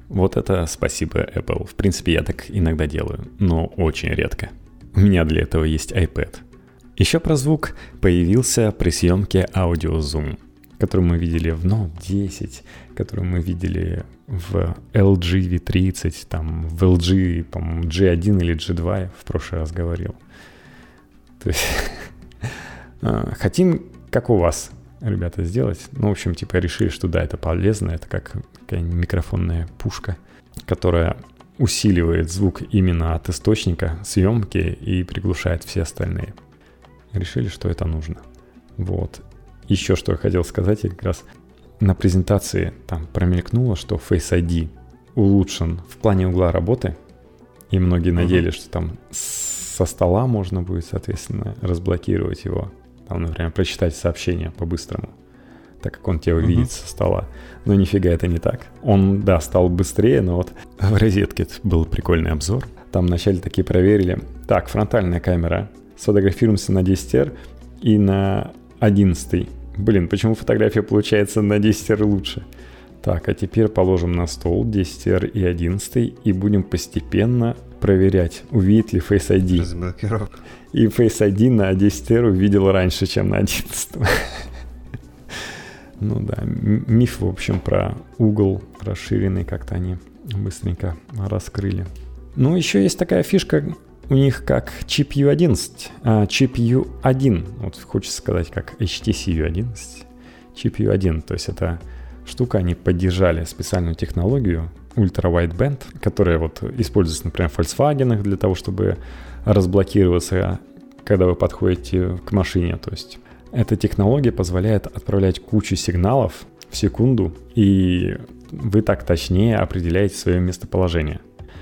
Вот это спасибо Apple. В принципе, я так иногда делаю, но очень редко. У меня для этого есть iPad. Еще про звук появился при съемке аудиозум, который мы видели в Note десять, который мы видели в эл джи ви тридцать, там в эл джи, по-моему, джи один или джи два я в прошлый раз говорил. То есть хотим, как у вас, ребята, сделать. Ну, в общем, типа решили, что да, это полезно, это как какая-нибудь микрофонная пушка, которая усиливает звук именно от источника съемки и приглушает все остальные. Решили, что это нужно. Вот. Еще что я хотел сказать, я как раз на презентации там промелькнуло, что Face ай ди улучшен в плане угла работы, и многие uh-huh. надеялись, что там со стола можно будет, соответственно, разблокировать его, там, например, прочитать сообщение по-быстрому, так как он тебя увидит uh-huh. со стола. Но нифига это не так. Он, да, стал быстрее, но вот в розетке был прикольный обзор. Там вначале такие проверили. Так, фронтальная камера. Сфотографируемся на десять эр и на одиннадцать. Блин, почему фотография получается на десять эр лучше? Так, а теперь положим на стол десять эр и одиннадцать и будем постепенно проверять, увидит ли Face ай ди. Разблокировка. И Face ай ди на десять эр увидел раньше, чем на одиннадцать. Ну да, миф, в общем, про угол расширенный как-то они быстренько раскрыли. Ну, еще есть такая фишка у них, как чип ю одиннадцать, а, чип ю один, вот хочется сказать, как эйч ти си ю одиннадцать, чип ю один, то есть это штука, они поддержали специальную технологию ультра-wideband, которая вот используется, например, в Volkswagen для того, чтобы разблокироваться, когда вы подходите к машине, то есть эта технология позволяет отправлять кучу сигналов в секунду, и вы так точнее определяете свое местоположение.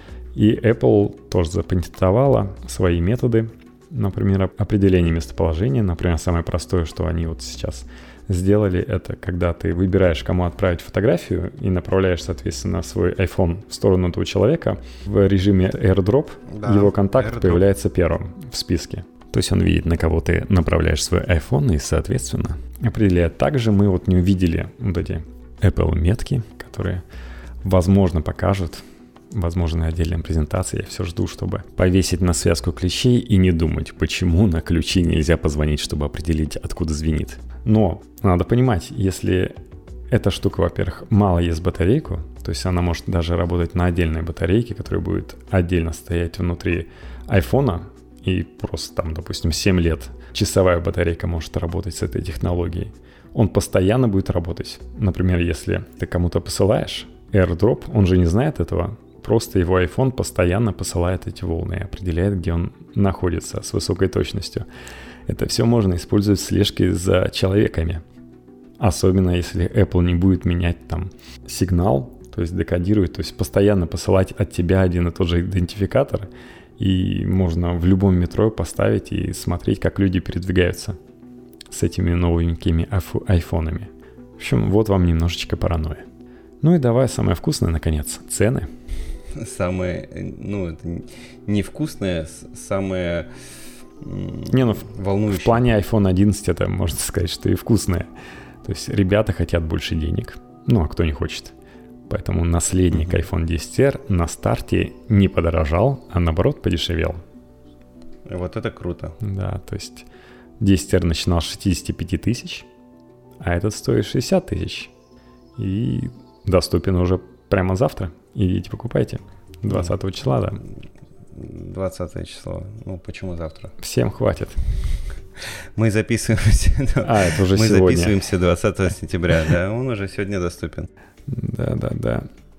И Apple тоже запатентовала свои методы, например, определение местоположения. Например, самое простое, что они вот сейчас сделали, это когда ты выбираешь, кому отправить фотографию и направляешь, соответственно, свой iPhone в сторону этого человека, в режиме AirDrop да, его контакт AirDrop. Появляется первым в списке. То есть он видит, на кого ты направляешь свой iPhone и, соответственно, определяет. Также мы вот не увидели вот эти Apple метки, которые, возможно, покажут, возможно, на отдельной презентации. Я все жду, чтобы повесить на связку ключей и не думать, почему на ключи нельзя позвонить, чтобы определить, откуда звенит. Но надо понимать, если эта штука, во-первых, мало ест батарейку, то есть она может даже работать на отдельной батарейке, которая будет отдельно стоять внутри айфона, и просто там, допустим, семь лет часовая батарейка может работать с этой технологией. Он постоянно будет работать. Например, если ты кому-то посылаешь AirDrop, он же не знает этого, просто его iPhone постоянно посылает эти волны и определяет, где он находится с высокой точностью. Это все можно использовать в слежке за человеками. Особенно если Apple не будет менять там сигнал, то есть декодировать, то есть постоянно посылать от тебя один и тот же идентификатор, и можно в любом метро поставить и смотреть, как люди передвигаются с этими новенькими айфонами. В общем, вот вам немножечко паранойя. Ну и давай самое вкусное, наконец, цены. Самое, ну, это невкусное, самое Не, ну, волнующее. В плане айфон одиннадцать это, можно сказать, что и вкусное. То есть ребята хотят больше денег. Ну, а кто не хочет? Поэтому наследник mm-hmm. айфон десять эр на старте не подорожал, а наоборот подешевел. Вот это круто. Да, то есть десять эр начинал с шестидесяти пяти тысяч, а этот стоит шестьдесят тысяч. И доступен уже прямо завтра. Идите покупайте. двадцатого числа, да. двадцатое число. Ну, почему завтра? Всем хватит. Мы записываемся... А, это уже Мы сегодня. записываемся двадцатого сентября, да. Он уже сегодня доступен. Да-да-да.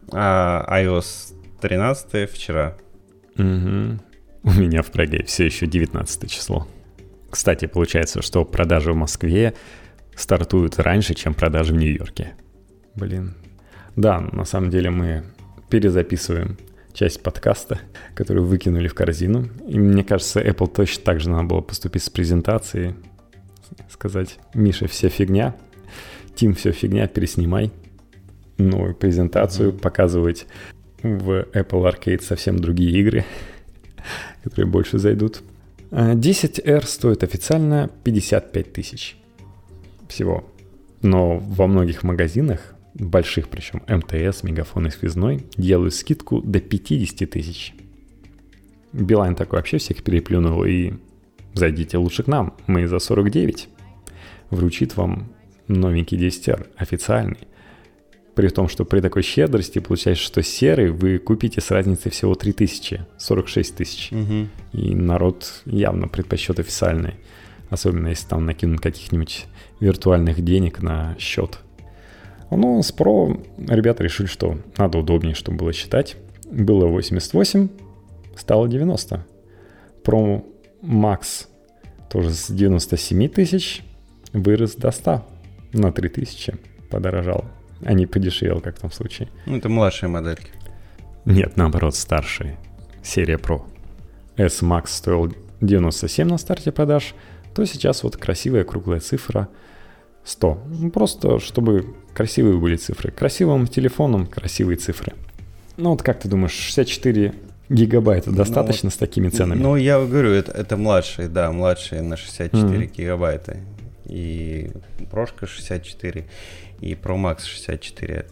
А ай о эс тринадцать вчера. Угу. У меня в Праге все еще девятнадцатое число. Кстати, получается, что продажи в Москве стартуют раньше, чем продажи в Нью-Йорке. Блин. Да, на самом деле мы перезаписываем часть подкаста, которую выкинули в корзину. И мне кажется, Apple точно так же надо было поступить с презентацией. Сказать: Миша, все фигня. Тим, все фигня, переснимай. Новую презентацию, mm-hmm. показывать в Apple Arcade совсем другие игры, которые больше зайдут. десять эр стоит официально пятьдесят пять тысяч всего. Но во многих магазинах больших причем, эм тэ эс, Мегафон и Связной, делают скидку до пятьдесят тысяч. Билайн такой вообще всех переплюнул, и зайдите лучше к нам, мы за сорок девять. Вручит вам новенький десять эр, официальный. При том, что при такой щедрости получается, что серый вы купите с разницей всего три тысячи, сорок шесть тысяч. Угу. И народ явно предпочтет официальный. Особенно если там накинут каких-нибудь виртуальных денег на счет. Ну, с Pro ребята решили, что надо удобнее, чтобы было считать. Было восемьдесят восемь, стало девяносто. Pro Max тоже с девяноста семи тысяч вырос до ста. На три тысячи подорожал. А не подешевел, как в том случае. Ну, это младшие модельки. Нет, наоборот, старшие. Серия Pro. S Max стоил девяносто семь на старте продаж, то сейчас вот красивая круглая цифра сто. Ну, просто чтобы красивые были цифры. Красивым телефоном красивые цифры. Ну вот как ты думаешь, шестьдесят четыре гигабайта достаточно ну, с такими ценами? Ну, я говорю, это, это младшие, да, младшие на шестьдесят четыре Mm-hmm. гигабайта. И Прошка шестьдесят четыре, и Pro Max шестьдесят четыре.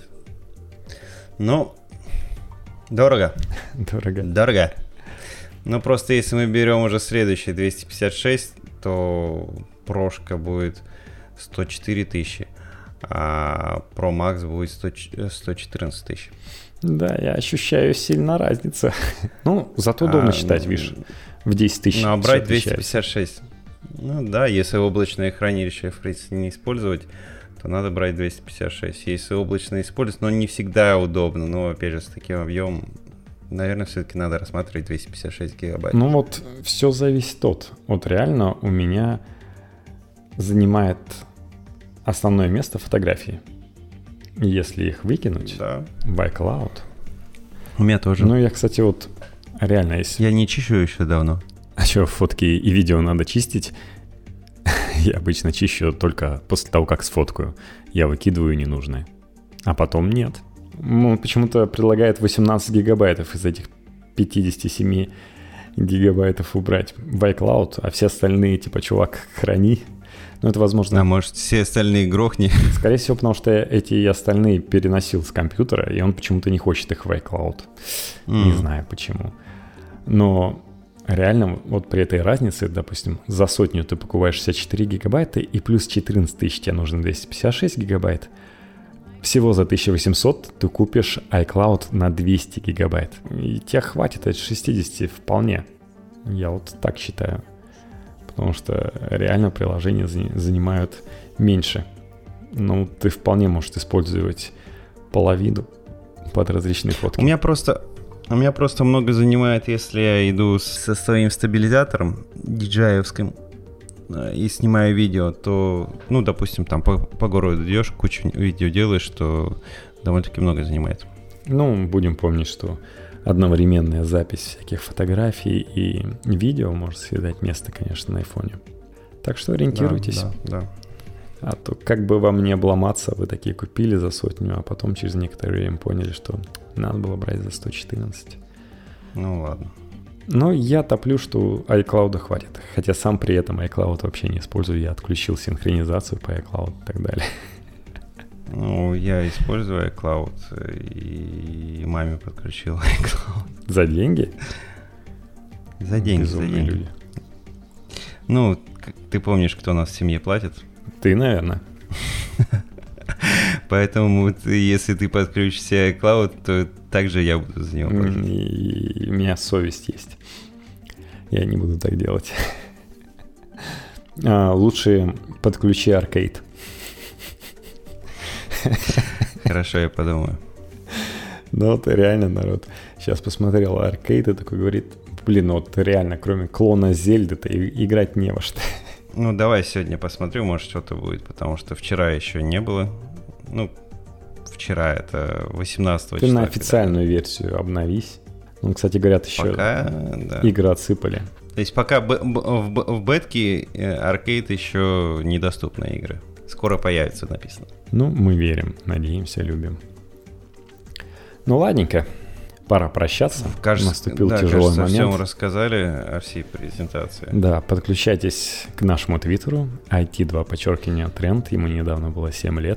Но дорого. Дорого. Дорого. Но просто если мы берем уже следующий двести пятьдесят шесть, то Прошка будет сто четыре тысячи, а Pro Max будет сто четырнадцать тысяч. Да, я ощущаю сильно разницу. Ну, зато удобно а, считать, ну, видишь, в десять тысяч. Ну, а брать двести пятьдесят шесть. Ну да, если облачное хранилище, в принципе, не использовать, то надо брать двести пятьдесят шесть. Если облачное использовать, но не всегда удобно. Но, опять же, с таким объемом, наверное, все-таки надо рассматривать двести пятьдесят шесть гигабайт. Ну вот, все зависит от. Вот реально у меня занимает основное место фотографии. Если их выкинуть Да. в iCloud. У меня тоже. Ну, я, кстати, вот реально, если... Я не чищу еще давно. А что, фотки и видео надо чистить? Я обычно чищу только после того, как сфоткаю. Я выкидываю ненужное. А потом нет. Он почему-то предлагает восемнадцать гигабайтов из этих пятьдесят семь гигабайтов убрать в iCloud, а все остальные, типа, чувак, храни. Ну, это возможно... А может, все остальные грохни? Скорее всего, потому что эти остальные переносил с компьютера, и он почему-то не хочет их в iCloud. Mm. Не знаю почему. Но реально вот при этой разнице, допустим, за сотню ты покупаешь шестьдесят четыре гигабайта, и плюс четырнадцать тысяч тебе нужно двести пятьдесят шесть гигабайт. Всего за тысяча восемьсот ты купишь iCloud на двести гигабайт. И тебе хватит от шестидесяти вполне. Я вот так считаю. Потому что реально приложения занимают меньше. Ну, ты вполне можешь использовать половину под различные фотки. У меня просто, у меня просто много занимает, если я иду со своим стабилизатором ди джей ай-овским и снимаю видео, то, ну, допустим, там по, по городу идешь, кучу видео делаешь, то довольно-таки много занимает. Ну, будем помнить, что одновременная запись всяких фотографий и видео может съедать место, конечно, на айфоне. Так что ориентируйтесь. Да, да, да. А то как бы вам не обломаться, вы такие купили за сотню, а потом через некоторое время поняли, что надо было брать за сто четырнадцать. Ну ладно. Но я топлю, что iCloud хватит. Хотя сам при этом iCloud вообще не использую. Я отключил синхронизацию по iCloud и так далее. Ну, я использую iCloud и маме подключил iCloud. За деньги? За деньги, Безумные за деньги. люди. Ну, ты помнишь, кто у нас в семье платит? Ты, наверное. Поэтому если ты подключишься iCloud, то также я буду за него платить. И у меня совесть есть. Я не буду так делать. А, лучше подключи Arcade. Хорошо, я подумаю. Ну вот реально, народ. Сейчас посмотрел Arcade и такой говорит, блин, ну вот реально, кроме клона Зельды-то играть не во что. Ну, давай сегодня посмотрю, может, что-то будет, потому что вчера еще не было. Ну, вчера это восемнадцатого числа. Ты на официальную когда... версию обновись. Ну, кстати, говорят, еще пока, да. игры отсыпали. То есть пока б- б- в, в бетке Arcade еще недоступны игры. Скоро появится, написано. Ну, мы верим, надеемся, любим. Ну, ладненько. Пора прощаться. Кажется, Наступил да, тяжелый кажется, момент. О всем рассказали, о всей презентации. Да, подключайтесь к нашему твиттеру. ай ти два подчеркивание тренд. Ему недавно было семь лет.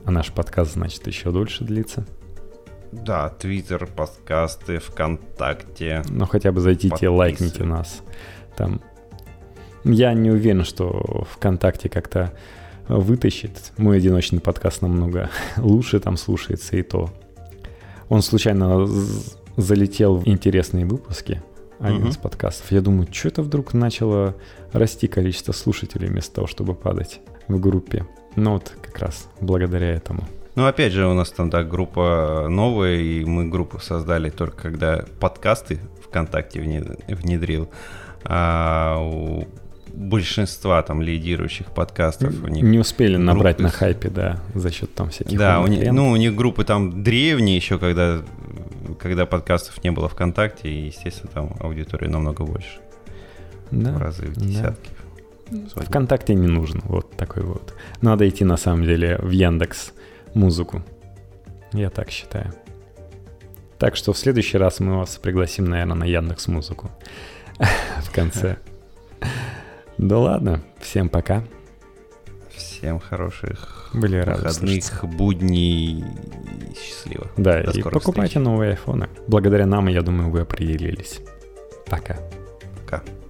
А наш подкаст, значит, еще дольше длится. Да, Твиттер, подкасты, ВКонтакте. Ну, хотя бы зайдите, лайкните нас. Там. Я не уверен, что ВКонтакте как-то вытащит. Мой одиночный подкаст намного лучше там слушается, и то. Он случайно залетел в интересные выпуски, один из подкастов. Я думаю, что это вдруг начало расти количество слушателей вместо того, чтобы падать в группе. Ну вот как раз благодаря этому. Ну, опять же, у нас там, да, группа новая, и мы группу создали только когда подкасты ВКонтакте внедрил. А у большинства там лидирующих подкастов у них не успели набрать группы... на хайпе, да, за счет там всяких... Да, у них, ну, у них группы там древние еще, когда, когда подкастов не было ВКонтакте, и, естественно, там аудитория намного больше. Да, в разы, в десятки. Да. ВКонтакте не нужно, вот такой вот. Надо идти, на самом деле, в Яндекс Музыку. Я так считаю. Так что в следующий раз мы вас пригласим, наверное, на Яндекс Музыку в конце. Да ладно, всем пока. Всем хороших Были рады выходных, будней. Счастливо. Да, и покупайте встреч. Новые айфоны. Благодаря нам, я думаю, вы определились. Пока. Пока.